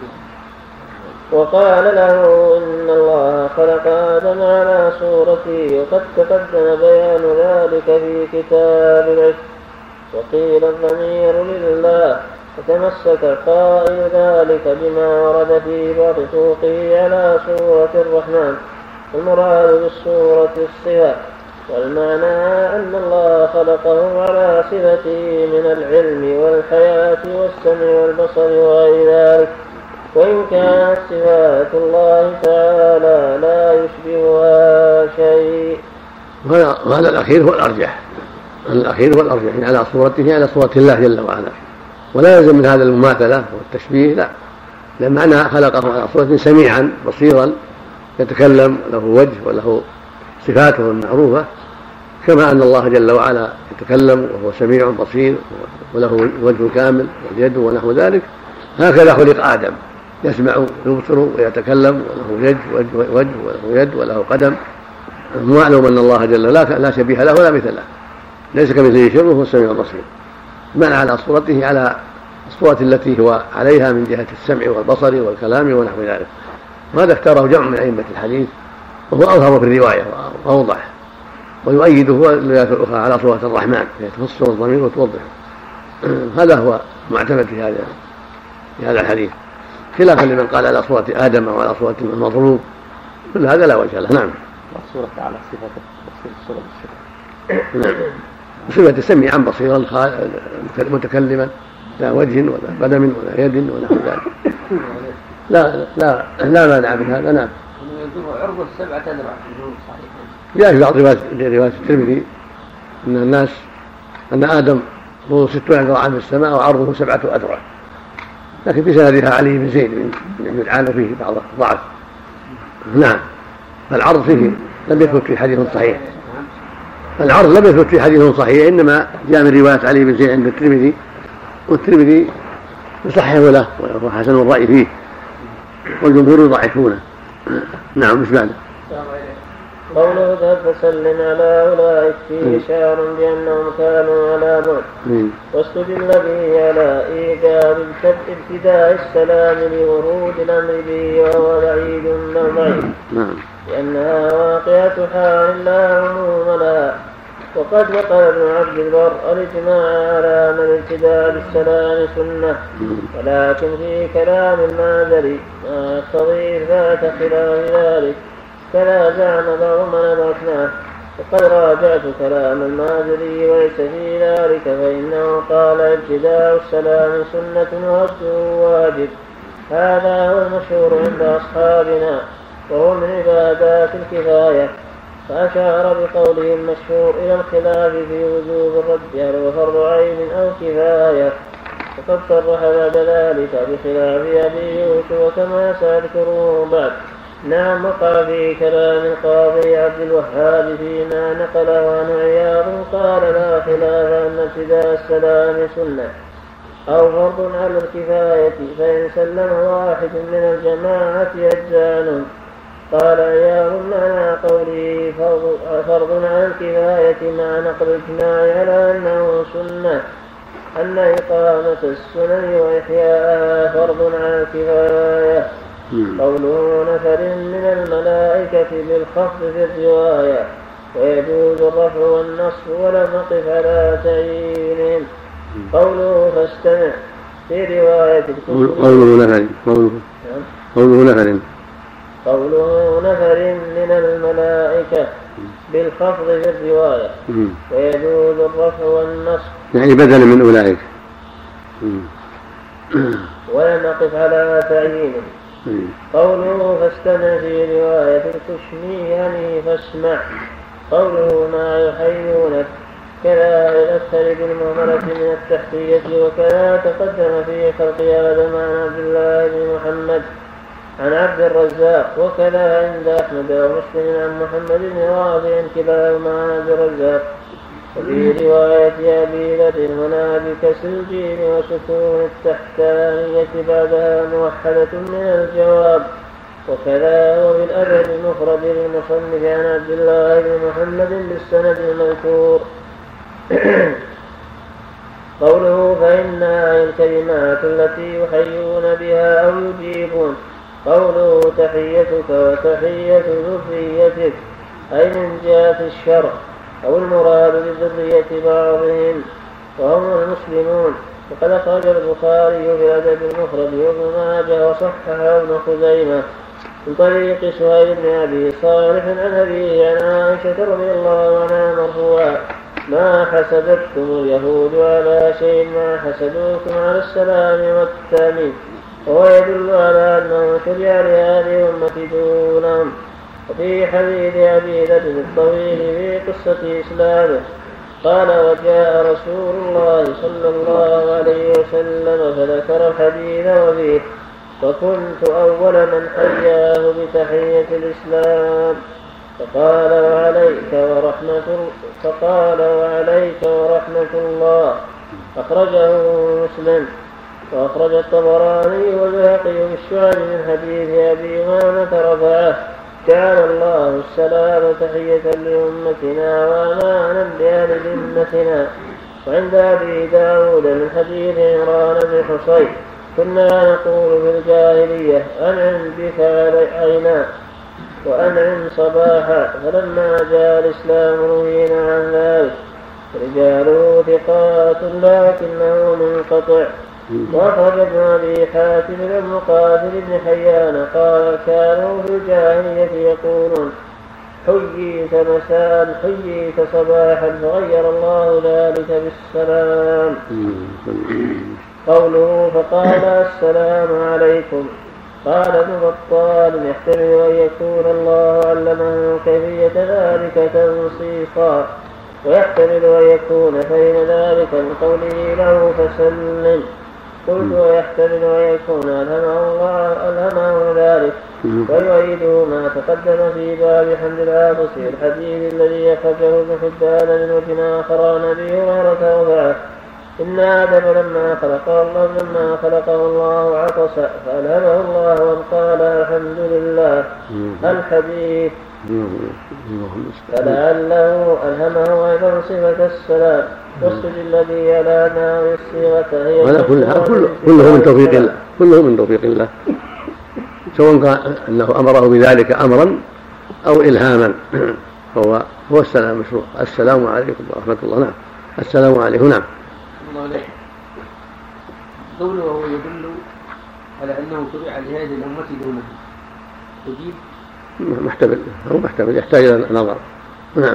وقال له إن الله خلق آدم على صورته، وقد تقدم بيان ذلك في كتاب العشق. وقيل الضمير لله، فتمسك قائل ذلك بما ورد في بعض طرقه على صورة الرحمن، المراد بالصورة الصفة، والمعنى أن الله خلقه على صفته من العلم والحياة والسمع والبصر وغير ذلك، وإن كانت صفات الله تعالى لا يشبهها شيء. وهذا الأخير هو الأرجح، الأخير هو الأرجح يعني على صورته على صورة الله جل وعلا، ولا يلزم من هذا المماثلة والتشبيه، لا، لأن معنى خلقه على صورة سميعا بصيرا يتكلم له وجه وله صفاته المعروفة، كما أن الله جل وعلا يتكلم وهو سميع بصير وله وجه كامل واليد ونحو ذلك، هكذا خلق آدم، يسمع ويبصر ويتكلم، وله يد وجه وله يد وله قدم. معلوم أن الله جل لا شبيه له ولا مثل له، ليس كمثله شيء وهو السميع البصير. بنى على صورته على الصورة التي هو عليها من جهة السمع والبصر والكلام ونحو ذلك. وهذا اختاره جمع من أئمة الحديث، وهو أظهر في الرواية وأوضح، ويؤيده الروايات الأخرى على صورة الرحمن تفسر الضمير وتوضح. هذا هو معتمد في هذا في هذا الحديث، خلافا لمن قال على صورة آدم وعلى صورة المضروب، كل هذا لا وجه له. نعم. صورة على صفة الصورة نعم. صفة سميعا بصيرا متكلما، لا وجه ولا قدم ولا يد ونحو ذلك. لا لا لا مانع من هذا. نعم. عرض السبعة أذرع. جاء في بعض روايات الترمذي أن الناس أن آدم طوله ستون ذراعا في السماء وعرضه سبعة أذرع، لكن في سندها علي بن زيد بن جدعان فيه بعض ضعف. نعم. فالعرض فيه لم يثبت في حديث صحيح، العرض لم يثبت في حديث صحيح، إنما جاء من رواية علي بن زيد عند الترمذي، والترمذي يصححه له وحسن الرأي فيه، والجمهور يضعفونه. نعم. مش بعده قوله فسلم على أولئك فيه إشار بأنهم كانوا على بعد، واستدل به على إيجاب ابتداء السلام لورود الأمر به وهو بعيد من ضعيف، لأنها واقعة حال لا عموم لها. وقد نقل ابن عبد البر الإجماع على من ابتداء بالسلام سنة، ولكن في كلام المازري ما يقتضي إثبات خلاف ذلك، كذا زعم بعض من أدركناه. وقد راجعت كلام المازري وليس في ذلك، فإنه قال ابتداء السلام سنة ورده واجب. هذا هو المشهور عند أصحابنا، وهو من عبادات الكفاية. فأشار بقوله المشهور إلى الخلاف في وجوب الرد هل هو فرض عين أو كفاية، وقد صرح بعد ذلك بخلاف أبي يوسف وكما سأذكره بعد. نعم. وقع في كلام القاضي عبد الوهاب فيما نقله عن عياض قال لا خلاف أن ابتداء السلام سنة أو فرض على الكفاية، فإن سلم واحد من الجماعة أجزاء. قال عياض معنى قوله فرض على الكفاية مع نقل الإجماع على أنه سنة أن إقامة السنن وإحياءها فرض على الكفاية. قوله نفر من الملائكة بالخفض في الرواية، ويجوز الرفع والنصب ولم نقف على تعيينهم. قوله فاستمع في رواية قوله نفر قوله نفر قوله نفر من الملائكة بالخفض في الرواية، ويجوز الرفع والنصب يعني بدلا من أولئك، ولم نقف على تعيينهم. قوله فاستمع في رواية الكشمي يعني فاسمع. قوله ما يحيونك كذا الأكثر بالمهملة من التحتية، وكذا تقدم في خلق آدم عن عبد الله بن محمد عن عبد الرزاق، وكذا عند أحمد ومسلم عن محمد بن رافع كلاهما عن عبد الرزاق. وفي رواية أبي ذر هنا بكسر الجيم وسكون التحتانية بعدها موحدة من الجواب. وكذا وفي الأدب المفرد للمصنف عن عبد الله بن محمد بالسند المذكور. قوله فإنها الكلمات التي يحيون بها أو يجيبون. قوله تحيتك وتحية ذريتك أي من جهة الشرع، أو المراد بذرية بعضهم وهم المسلمون. وقد أخرج البخاري في الأدب المفرد وابن ماجه وصححه ابن خزيمة من طريق سهيل بن أبي صالح عن أبيه عن عائشة رضي الله عنها مرفوعا ما حسدتكم اليهود على شيء ما حسدوكم على السلام والتامين، وهو يدل على أنه شرع لهذه الأمة دونهم. وفي حديث أبي ذر الطويل في قصة إسلامه قال وجاء رسول الله صلى الله عليه وسلم فذكر الحديث وفيه فكنت أول من حياه بتحية الإسلام فقال وعليك ورحمة فقال وعليك ورحمة الله. أخرجه مسلم. وأخرج الطبراني والبيهقي في الشعب من حديث أبي أمامة رفعه: جعل الله السلام تحية لأمتنا وأمانا لأهل ذمتنا. وعند أبي داود من حديث عمران بن حصين: كنا نقول في الجاهلية: أنعم بك عينا وأنعم صباحا، فلما جاء الإسلام نهينا عن ذلك. رجاله ثقات لكنه منقطع. وأخرج ابن أبي حاتم بن مقاتل بن حيان قال: كانوا في الجاهلية يقولون: حييت مساء حييت صباحا، فغير الله ذلك بالسلام. قوله فقال: السلام عليكم. قال ابن بطال: يحتمل أن يكون الله علمه كيفية ذلك تنصيصا، ويحتمل أن يكون فإن ذلك من قوله له فسلم. قلت: ويحتمل أن يكون ألهمه الله ألهمه ذلك، ويؤيده ما تقدم في باب حمد العاطس الحديث الذي أخرجه ابن حبان من وجه آخر عن أبي هريرة رفعه: إن آدم لما خلقه الله لما خلقه الله عطس فألهمه الله وقال: الحمد لله. الحديث. فلعله ألهمه أيضا صفة السلام، واستدل به على أنها الصيغة هي هذا كله من توفيق الله، كله من توفيق الله، سواء كان أنه أمره بذلك أمرا أو إلهاما، هو هو السلام مشروع. السلام عليكم ورحمة الله. نعم. السلام عليكم. نعم. قوله وهو يدل على أنه شرع لهذه الأمة دونه، تجيب محتمل أو محتمل يحتاج إلى نظر. نعم.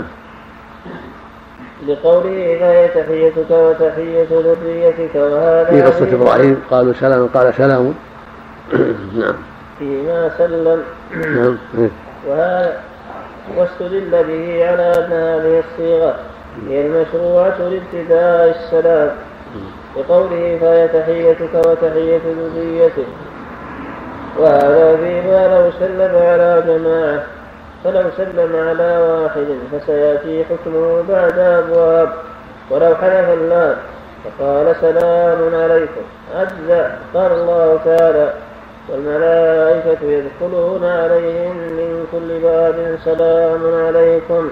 لقوله: فهي تحيتك وتحية ذريتك. وهذا في قصة إبراهيم قالوا سلام قال سلام. نعم. فيما سلم. نعم. وهذا واستدل به على أن هذه الصيغة هي المشروعة لابتداء السلام، لقوله: فهي تحيتك وتحية ذريتك. وهذا فيما لو سلم على جماعة، فلو سلم على واحد فسيأتي حكمه بعد أبواب. ولو حلف الله فقال: سلام عليكم أجزأ. قال الله تعالى: والملائكة يدخلون عليهم من كل باب سلام عليكم.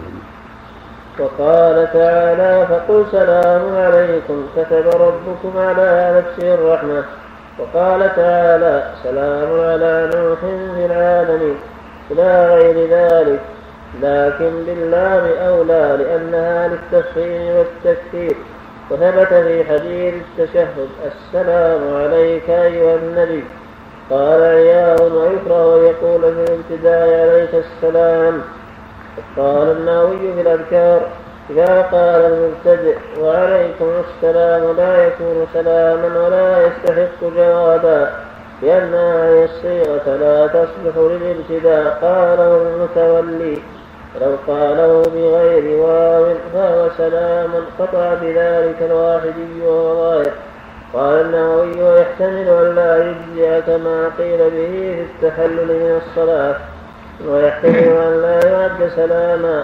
وقال تعالى: فقل سلام عليكم كتب ربكم على نفسه الرحمة. وقال تعالى: سلام على نوح في العالمين، إلى غير ذلك، لكن باللام أولى لأنها للتفخيم والتكثير. وثبت في حديث التشهد: السلام عليك أيها النبي. قال عياض: ويكره أن يقول في الابتداء عليك السلام. قال النووي في الأذكار: إذا قال المبتدئ وعليكم السلام لا يكون سلاما ولا يستحق جوابا، لأنها هي الصيغة لا تصلح للابتداء. قاله المتولي: لو قاله بغير واو فهو سلام، قطع بذلك الواحدي وهو ظاهر. قال النووي: ويحتمل أن لا يجزئ كما قيل به في التحلل من الصلاة، ويحتمل أن لا يعد سلاما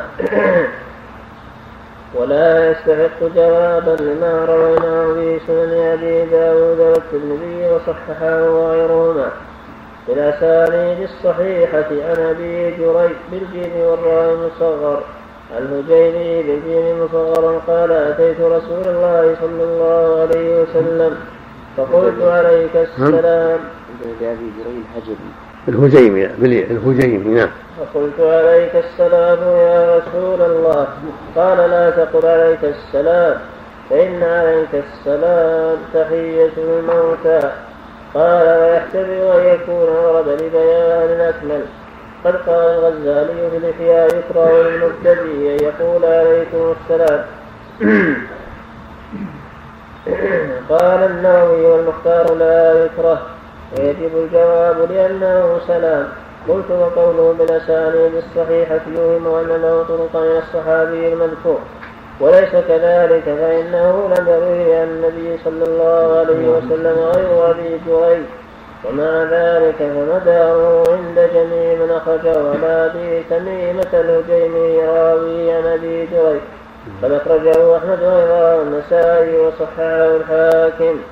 ولا يستحق جوابا، لما رويناه في سنن أبي داود والترمذي وصححه وغيرهما بالأسانيد الصحيحة عن أبي جريج بالجيم والراء المصغر الهجيمي بالجيم المصغر قال: أتيت رسول الله صلى الله عليه وسلم فقلت: عليك السلام. أبي جريج الحجبي الهجيمي الهجيمي نعم. فقلت: عليك السلام يا رسول الله. قال: لا تقل عليك السلام، فإن عليك السلام تحية الموتى. قال: ويحتمل أن يكون ورد لبيان أكمل. قد قال الغزالي في الإحياء: يكره للمبتدئ أن يقول عليكم السلام. قال النووي: والمختار لا يكره، ويجب الجواب لأنه سلام. قلت: وقوله بالأسانيد الصحيحة يوهم أن له طرق من الصحابي المذكور، وليس كذلك، فإنه لم يروه عن النبي صلى الله عليه وسلم غير أبي جريج. ومع ذلك فمداره عند جميع من أخرجه على أبي تميمة الهجيمي راوي عن أبي جريج، قد أخرجه أحمد وغيره والنسائي وصححه الحاكم.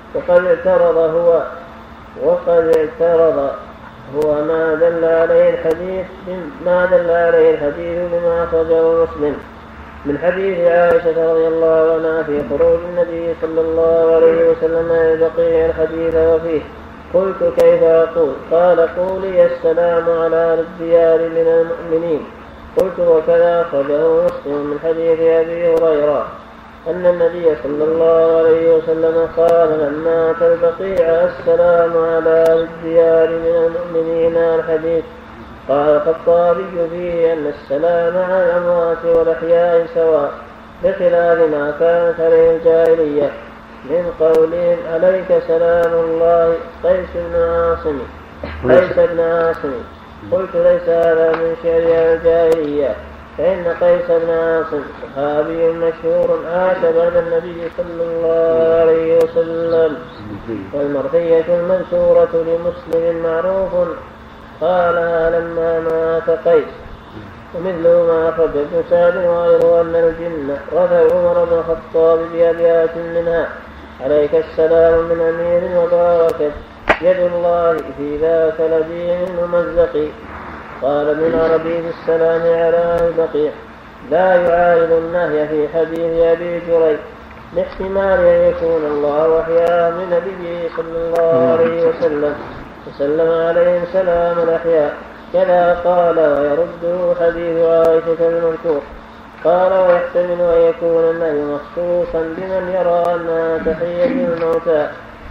وقد اعترض هو وقد اعترض هو ما دل عليه الحديث ما دل عليه الحديث بما أخرجه مسلم من حديث عائشة رضي الله عنها في خروج النبي صلى الله عليه وسلم إلى بقيع الحديث وفيه قلت كيف أقول؟ قال قولي السلام على الديار من المؤمنين. قلت وكذا أخرجه مسلم من حديث أبي هريرة أن النبي صلى الله عليه وسلم قال لما أتى البقيع السلام على الديار من المؤمنين الحديث. قال الخطابي فيه أن السلام على الأموات والأحياء سواء بخلاف ما كانت عليه الجاهلية من قولهم عليك سلام الله قيس بن عاصم قيس بن عاصم. قلت ليس هذا من شعر الجاهلية فإن قيس بن عاصم صحابي مشهور عاش بعد النبي صلى الله عليه وسلم. والمرثية المنشورة لمسلم معروف قالها لما مات قيس. ومثل ما أخرج ابن سعد وغيره أن الجن رثوا عمر بن الخطاب بأبيات منها عليك السلام من أمير وباركت يد الله في ذاك لدين ممزق. قال ابن عربي في السلام على البقيع لا يعارض النهي في حديث أبي جريج لاحتمال أن يكون الله وحياه من نبيه صلى الله عليه وسلم وسلم عليهم سلام الأحياء. كذا قال ويرده حديث عائشة المذكور. قال ويحتمل أن يكون النهي مخصوصا بمن يرى أنها تحية الموتى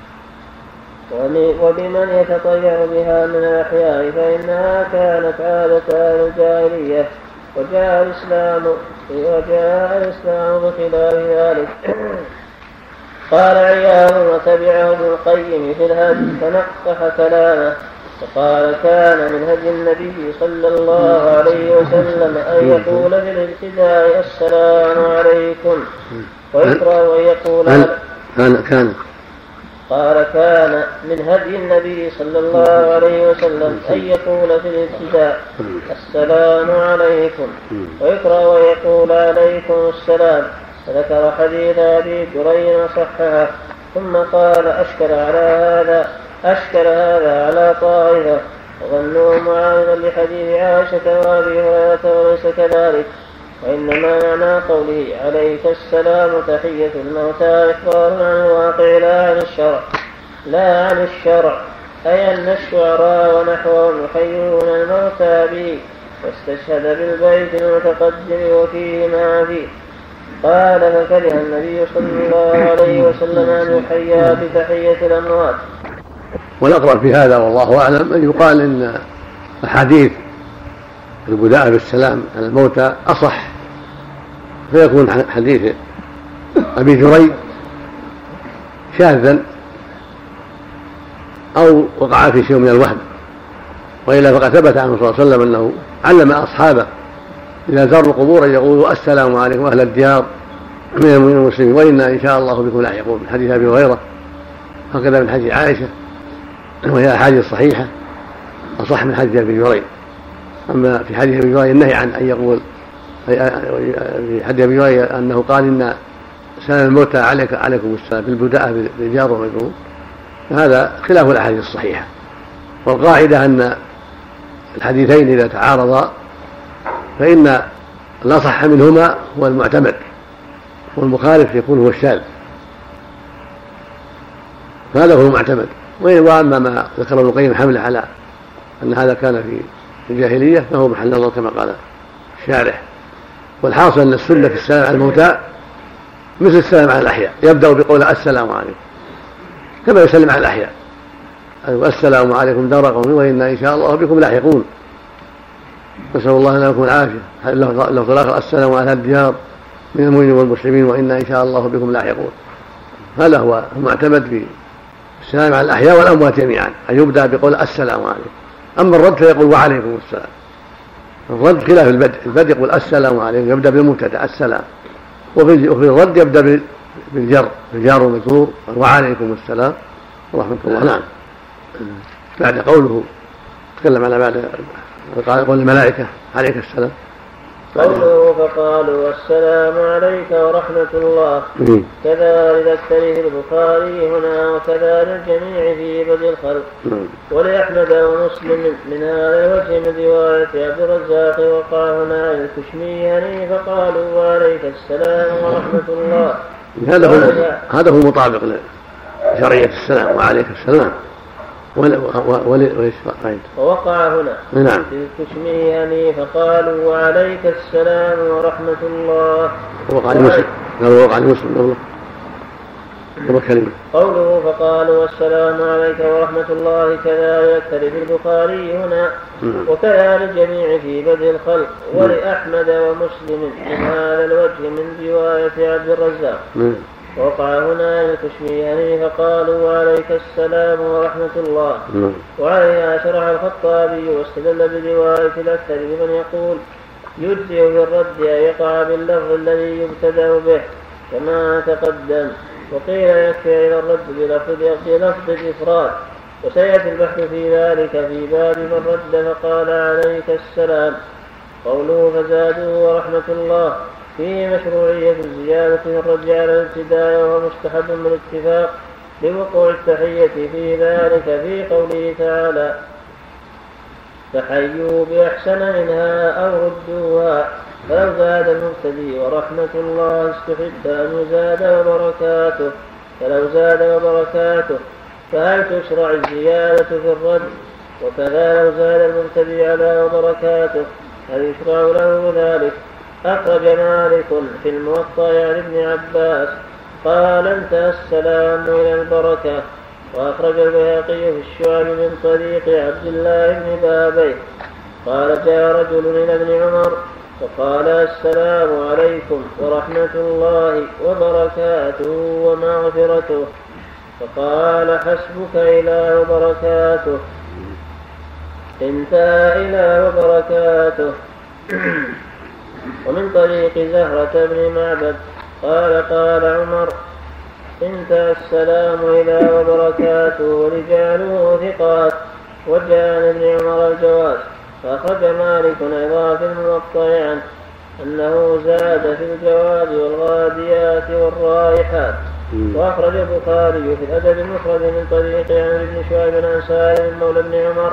وبمن يتطير بها من الأحياء فإنها كانت عادة أهل الجاهلية وجاء الإسلام وجاء الإسلام بخلاف ذلك. قال عياض وتبعه ابن القيم في الهدي فنقح كلامه وقال كان من هدي النبي صلى الله عليه وسلم أن يقول بالابتداء السلام عليكم ويكره أن يقول كان كان قال كان من هدي النبي صلى الله عليه وسلم أن يقول في الابتداء السلام عليكم ويكره أن يقول عليكم السلام. فذكر حديث أبي جريج وصححه ثم قال أشكل على هذا أشكل هذا على طائفة وظنوا معارضا لحديث عائشة وأبي هريرة وليس كذلك وإنما معنى قوله عليك السلام تحية الموتى إخبار عن الواقع لا عن الشرع لا عن الشرع أي أن الشعراء ونحوهم يحيون الموتى به واستشهد بالبيت المتقدم وفيه ما فيه. قال فكره النبي صلى الله عليه وسلم أن يحيى بتحية الأموات. والأقرب في هذا والله أعلم أن يقال إن أحاديث البداء بالسلام على الموتى أصح فيكون حديث أبي جريج شاذا أو وقع في شيء من الوهم وإلا فقد ثبت عنه صلى الله عليه وسلم أنه علم أصحابه إذا زاروا القبور أن يقولوا السلام عليكم أهل الديار من المؤمنين والمسلمين وإنا إن شاء الله بكم لاحقون من حديث أبي هريرة هكذا من حديث عائشة وهي أحاديث صحيحة أصح من حديث أبي جريج. أما في حديث أبي جريج النهي عن أن يقول في حديث أبي جريج أنه قال إن سلام الموتى عليك عليكم السلام بالبداء بالجار والمجرور هذا خلاف الأحاديث الصحيحة. والقاعدة أن الحديثين إذا تعارضا فإن الأصح منهما هو المعتمد والمخالف يكون هو الشاذ هذا هو المعتمد. وأما ما ذكر ابن القيم حمله على أن هذا كان في الجاهلية فهو محل الله كما قال الشارح. والحاصل أن السنة في السلام على الموتى مثل السلام على الأحياء يبدأ بقول السلام عليكم كما يسلم على الأحياء السلام عليكم دار قوم وإنا إن شاء الله بكم لاحقون نسأل الله لنا لكم العافية. لو طلاق السلام على الديار من المؤمنين والمسلمين وإنا إن شاء الله بكم لاحقون هذا هو المعتمد في السلام على الأحياء والأموات جميعا أن يبدأ بقول السلام عليكم. أما الرد فيقول وعليكم السلام. الرد خلاف البدء البدء يقول السلام عليكم يبدأ بالمبتدأ السلام وفي الرد يبدأ بالجر الجار والمجرور وعليكم السلام ورحمة الله. نعم. بعد قوله تكلم على بعد قول الملائكة عليك السلام قوله فقالوا السلام عليك ورحمة الله كذا لذكره البخاري هنا وكذا للجميع في بدء الخلق. ولأحمد ومسلم من هذا الوجه من رواية عبد الرزاق وقع هنا الكشميهني فقالوا وعليك السلام ورحمة الله. هذا هو هذا هو مطابق لشرعية السلام وعليك السلام. ووقع هنا نعم في الكشميهني فقالوا وعليك السلام ورحمة الله. وقع لمسلم قالوا وقع لمسلم قوله فقالوا السلام عليك ورحمة الله كذا يكترث البخاري هنا وكذا للجميع في بدء الخلق. ولأحمد ومسلم من هذا الوجه من رواية عبد الرزاق. وقع هنا الكشميهني فقالوا وعليك السلام ورحمة الله. وعليها شرح الخطابي واستدل برواية الأكثر بمن يقول يجزئ بالرد أن يقع باللفظ الذي يبتدأ به كما تقدم. وقيل يكفي إلى الرد بلفظ الإفراد وسيأتي البحث في ذلك في باب من رد فقال عليك السلام. قوله فزادوا ورحمة الله فيه مشروعية الزيادة في الرد على الابتداء وهو مستحب بالاتفاق لوقوع التحية في ذلك في قوله تعالى فحيوا بأحسن منها أو ردوها. فلو زاد المبتدئ ورحمة الله استحب أن يزاد وبركاته فلو زاد وبركاته فهل تشرع الزيادة في الرد؟ وكذا لو زاد المبتدئ على وبركاته هل يشرع له ذلك؟ أخرج مالك في الموطأ عن ابن عباس قال انتهى السلام إلى البركة. وأخرج البيهقي في الشعب من طريق عبد الله بن بابي قال جاء رجل إلى ابن عمر فقال السلام عليكم ورحمة الله وبركاته ومغفرته فقال حسبك إلى وبركاته انتهى إلى وبركاته. ومن طريق زهرة بن معبد قال قال عمر انتهى السلام إلى وبركاته ورجاله ثقات. وجاء عن ابن عمر الجواز. فأخرج مالك أيضا في الموطأ عنه أنه زاد في الجواد والغاديات والرائحات. وأخرج البخاري في الأدب المفرد من طريق عمرو بن شعيب عن سالم مولى بن عمر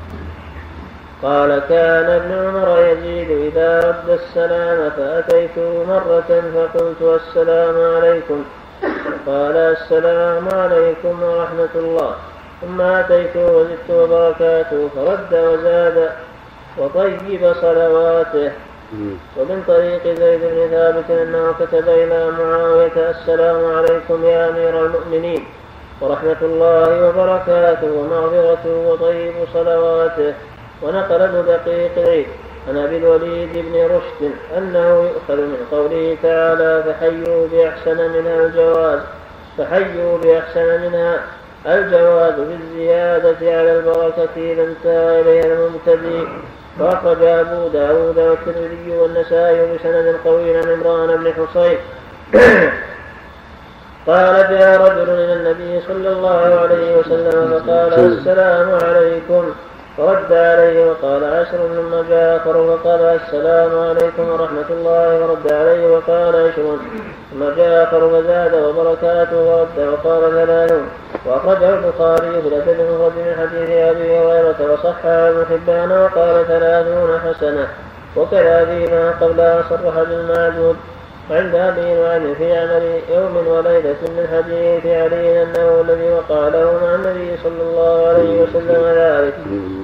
قال كان ابن عمر يزيد إذا رد السلام فأتيته مرة فقلت السلام عليكم قال السلام عليكم ورحمة الله ثم أتيته وزدت وبركاته فرد وزاد وطيب صلواته. ومن طريق زيد بن ثابت أنه كتب إلى معاوية السلام عليكم يا أمير المؤمنين ورحمة الله وبركاته ومغفرته وطيب صلواته. ونقل ابن دقيق العيد عن أبي الوليد بن رشد أنه يؤخذ من قوله تعالى فحيوا بأحسن منها الجواز فحيوا بأحسن منها الجواز بالزيادة على البركة إذا انتهى إليها المبتدئ. وأخرج أبو داود والترمذي والنسائي بسند قوي عن عمران بن حصين قال جاء رجل إلى النبي صلى الله عليه وسلم فقال السلام عليكم فرد عليه وقال عشر ثم جاء آخر فقال السلام عليكم ورحمة الله ورد عليه وقال عشر ثم جاء آخر فزاد وبركاته ورد وقال ثلاثون. وأخرجه البخاري في الأدب المفرد من حديث أبي هريرة وصححه ابن حبان وقال ثلاثون حسنة. وكذا فيما قبلها صرح بالمعدود. وعند أبي نعيم في عمل يوم وليلة من حديث علي أنه الذي وقع له مع النبي صلى الله عليه وسلم ذلك.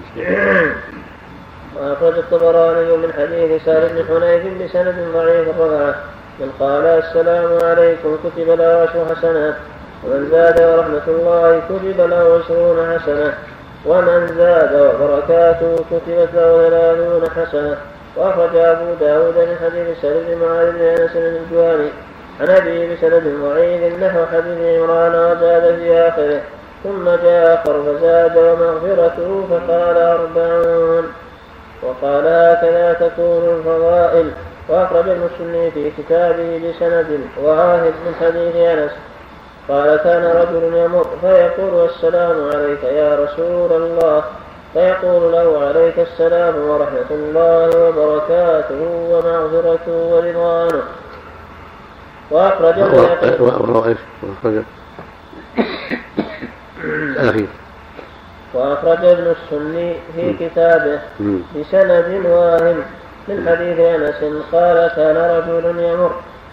وأخرج الطبراني من حديث سهل بن حنيف بسند ضعيف رفعه من قال السلام عليكم كتب له عشر حسنات ومن زاد ورحمة الله كتب له عشرون حسنة ومن زاد وبركاته كتبت له ثلاثون حسنة. وأخرج أبو داود من حديث سهل بن معاذ بن أنس الجهني عن أبيه بسند ضعيف نحو حديث عمران وزاد في آخره ثم جاء آخر فزاد ومغفرته فقال أربعون. وقال هكذا تكون الفضائل. وأخرج المسلم في كتابه بسند واحد من حديث أنس قال كان رجل يمر فيقول السلام عليك يا رسول الله فيقول له عليك السلام ورحمة الله وبركاته ومغفرته ورضوانه. وأخرج وأخرج ابن السني في كتابه بسند واهم من حديث أنس قال كان رجل يمر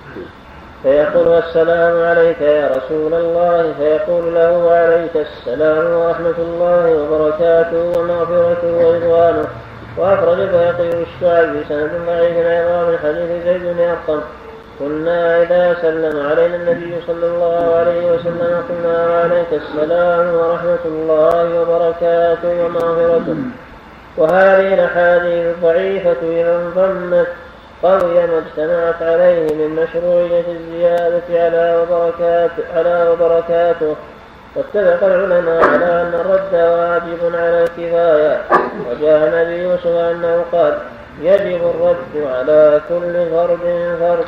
فيقول السلام عليك يا رسول الله فيقول له عليك السلام ورحمة الله وبركاته ومغفرته ورضوانه. وأخرج البيهقي الشعبي بسند ضعيف أيضا من حديث زيد بن أرقم كنا إذا سلم علينا النبي صلى الله عليه وسلم قلنا وعليك السلام ورحمة الله وبركاته ومغفرته. وهذه الأحاديث الضعيفة إذا انضمت قوي ما اجتمعت عليه من مشروعية الزيادة على وبركاته, على وبركاته. واتفق العلماء على أن الرد واجب على الكفاية. وجاء النبي يوسف أنه قال يجب الرد على كل فرد فرد.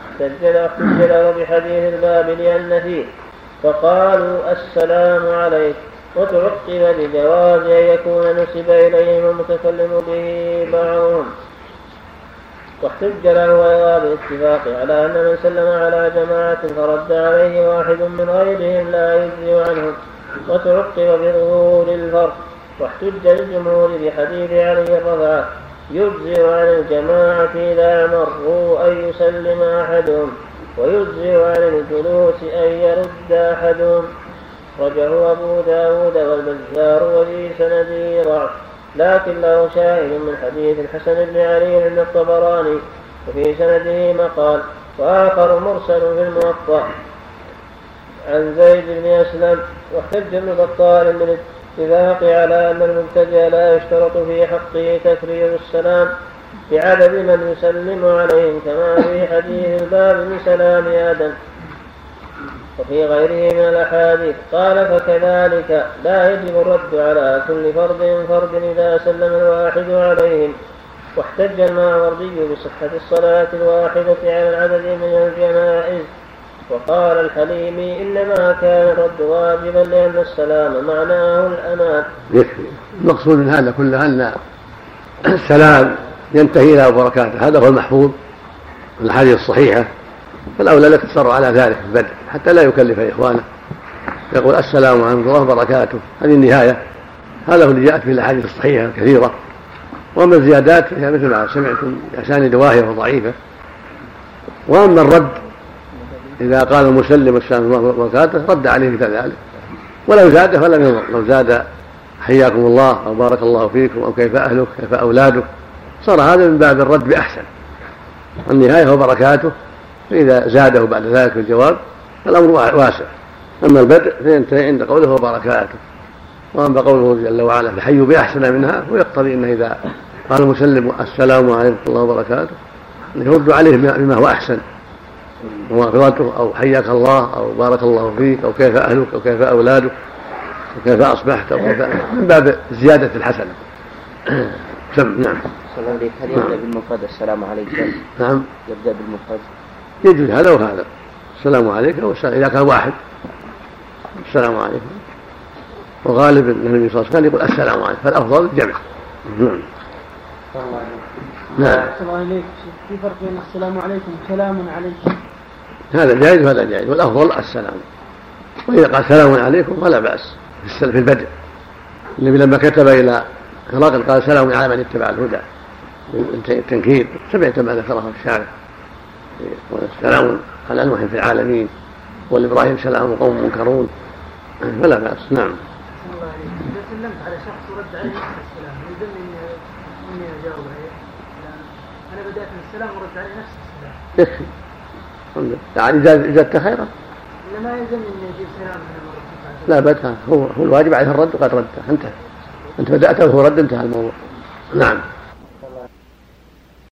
سجله بحديث الباب لأن فيه فقالوا السلام عليك وتعقب بجواز أن يكون نسب إليهم المتكلم به بعضهم. واحتج له أيضا بالاتفاق على أن من سلم على جماعة فرد عليه واحد من غيرهم لا يجزي عنهم وتعقب بظهور الفرق. واحتج الجمهور بحديث علي الرفعة يجزي عن الجماعة إذا مروا أن يسلم أحدهم ويجزي عن الجلوس أن يرد أحدهم. رجه أبو داود والبزار وفي سنده ضعف لكن له شاهد من حديث الحسن بن علي عند الطبراني وفي سنده مقال. وآخر مرسل في الموطأ عن زيد بن أسلم. واحتج ابن بطال من الاتفاق على أن المبتدئ لا يشترط في حقه تكرير السلام بعدد من يسلم عليهم كما في حديث الباب من سلام آدم وفي غيره من الأحاديث. قال فكذلك لا يجب الرد على كل فرد فرد إذا سلم الواحد عليهم. واحتج الماوردي بصحة الصلاة الواحدة على العدد من الجنائز. وقال الحليمي إنما كان الرد واجبا لأن السلام معناه الأمان. يكفي. المقصود من هذا كله أن السلام ينتهي إلى بركاته هذا هو المحفوظ من الحديث الصحيحة. فالأولى الاقتصار على ذلك في البدء حتى لا يكلف إخوانه يقول السلام عليكم ورحمة الله وبركاته هذه النهاية. هذا هو اللي جاءت في الأحاديث الصحيحة الكثيرة. وأما الزيادات فهي مثل ما سمعتم بأسانيد واهية وضعيفة. وأما الرد إذا قال المسلم السلام عليكم ورحمة الله وبركاته رد عليه كذلك ولو زاد فلم يضر. لو زاد حياكم الله أو بارك الله فيكم أو كيف أهلك كيف أولادك صار هذا من باب الرد بأحسن. النهاية هو بركاته. فإذا زاده بعد ذلك في الجواب فالأمر واسع. أما البدء فينتهي عند قوله وبركاته. وأما قوله جل وعلا فحيوا بأحسن منها ويقتضي أنه إذا قال المسلم السلام عليكم ورحمة الله وبركاته يرد عليه بما هو أحسن ومغفرته أو حياك الله أو بارك الله فيك أو كيف أهلك أو كيف أولادك أو كيف أصبحت أو كيف من باب زيادة الحسنة. سم نعم. هل يبدأ بالمفرد السلام عليكم؟ نعم. يبدأ بالمفرد. يجوز هذا وهذا. السلام عليكم إذا كان واحد السلام عليكم. وغالبا النبي صلى الله عليه وسلم يقول السلام عليكم فالأفضل الجمع. نعم. نعم. السلام عليكم. في فرق بين السلام عليكم وسلام عليكم. هذا جائز وهذا جائز والأفضل السلام. وإذا قال سلام عليكم فلا بأس في البدء. النبي لما كتب إلى هرقل قال سلام على من اتبع الهدى التنكير. سمعت ما ذكره الشارع والسلام على نوح في العالمين والإبراهيم سلام قوم منكرون فلا بأس. نعم. إذا سلمت على شخص ورد عليه نفس السلام يلزمني إني أجاوب عليه. أنا بدأت من السلام ورد عليه نفس السلام. يكفي. يعني إذا زدت خيرا. إلا ما يلزمني إني أجيب سلام من المرة. لا بد هو هو الواجب عليه الرد وقد رد انتهى. أنت بدأته وهو رد انتهى الموضوع. نعم.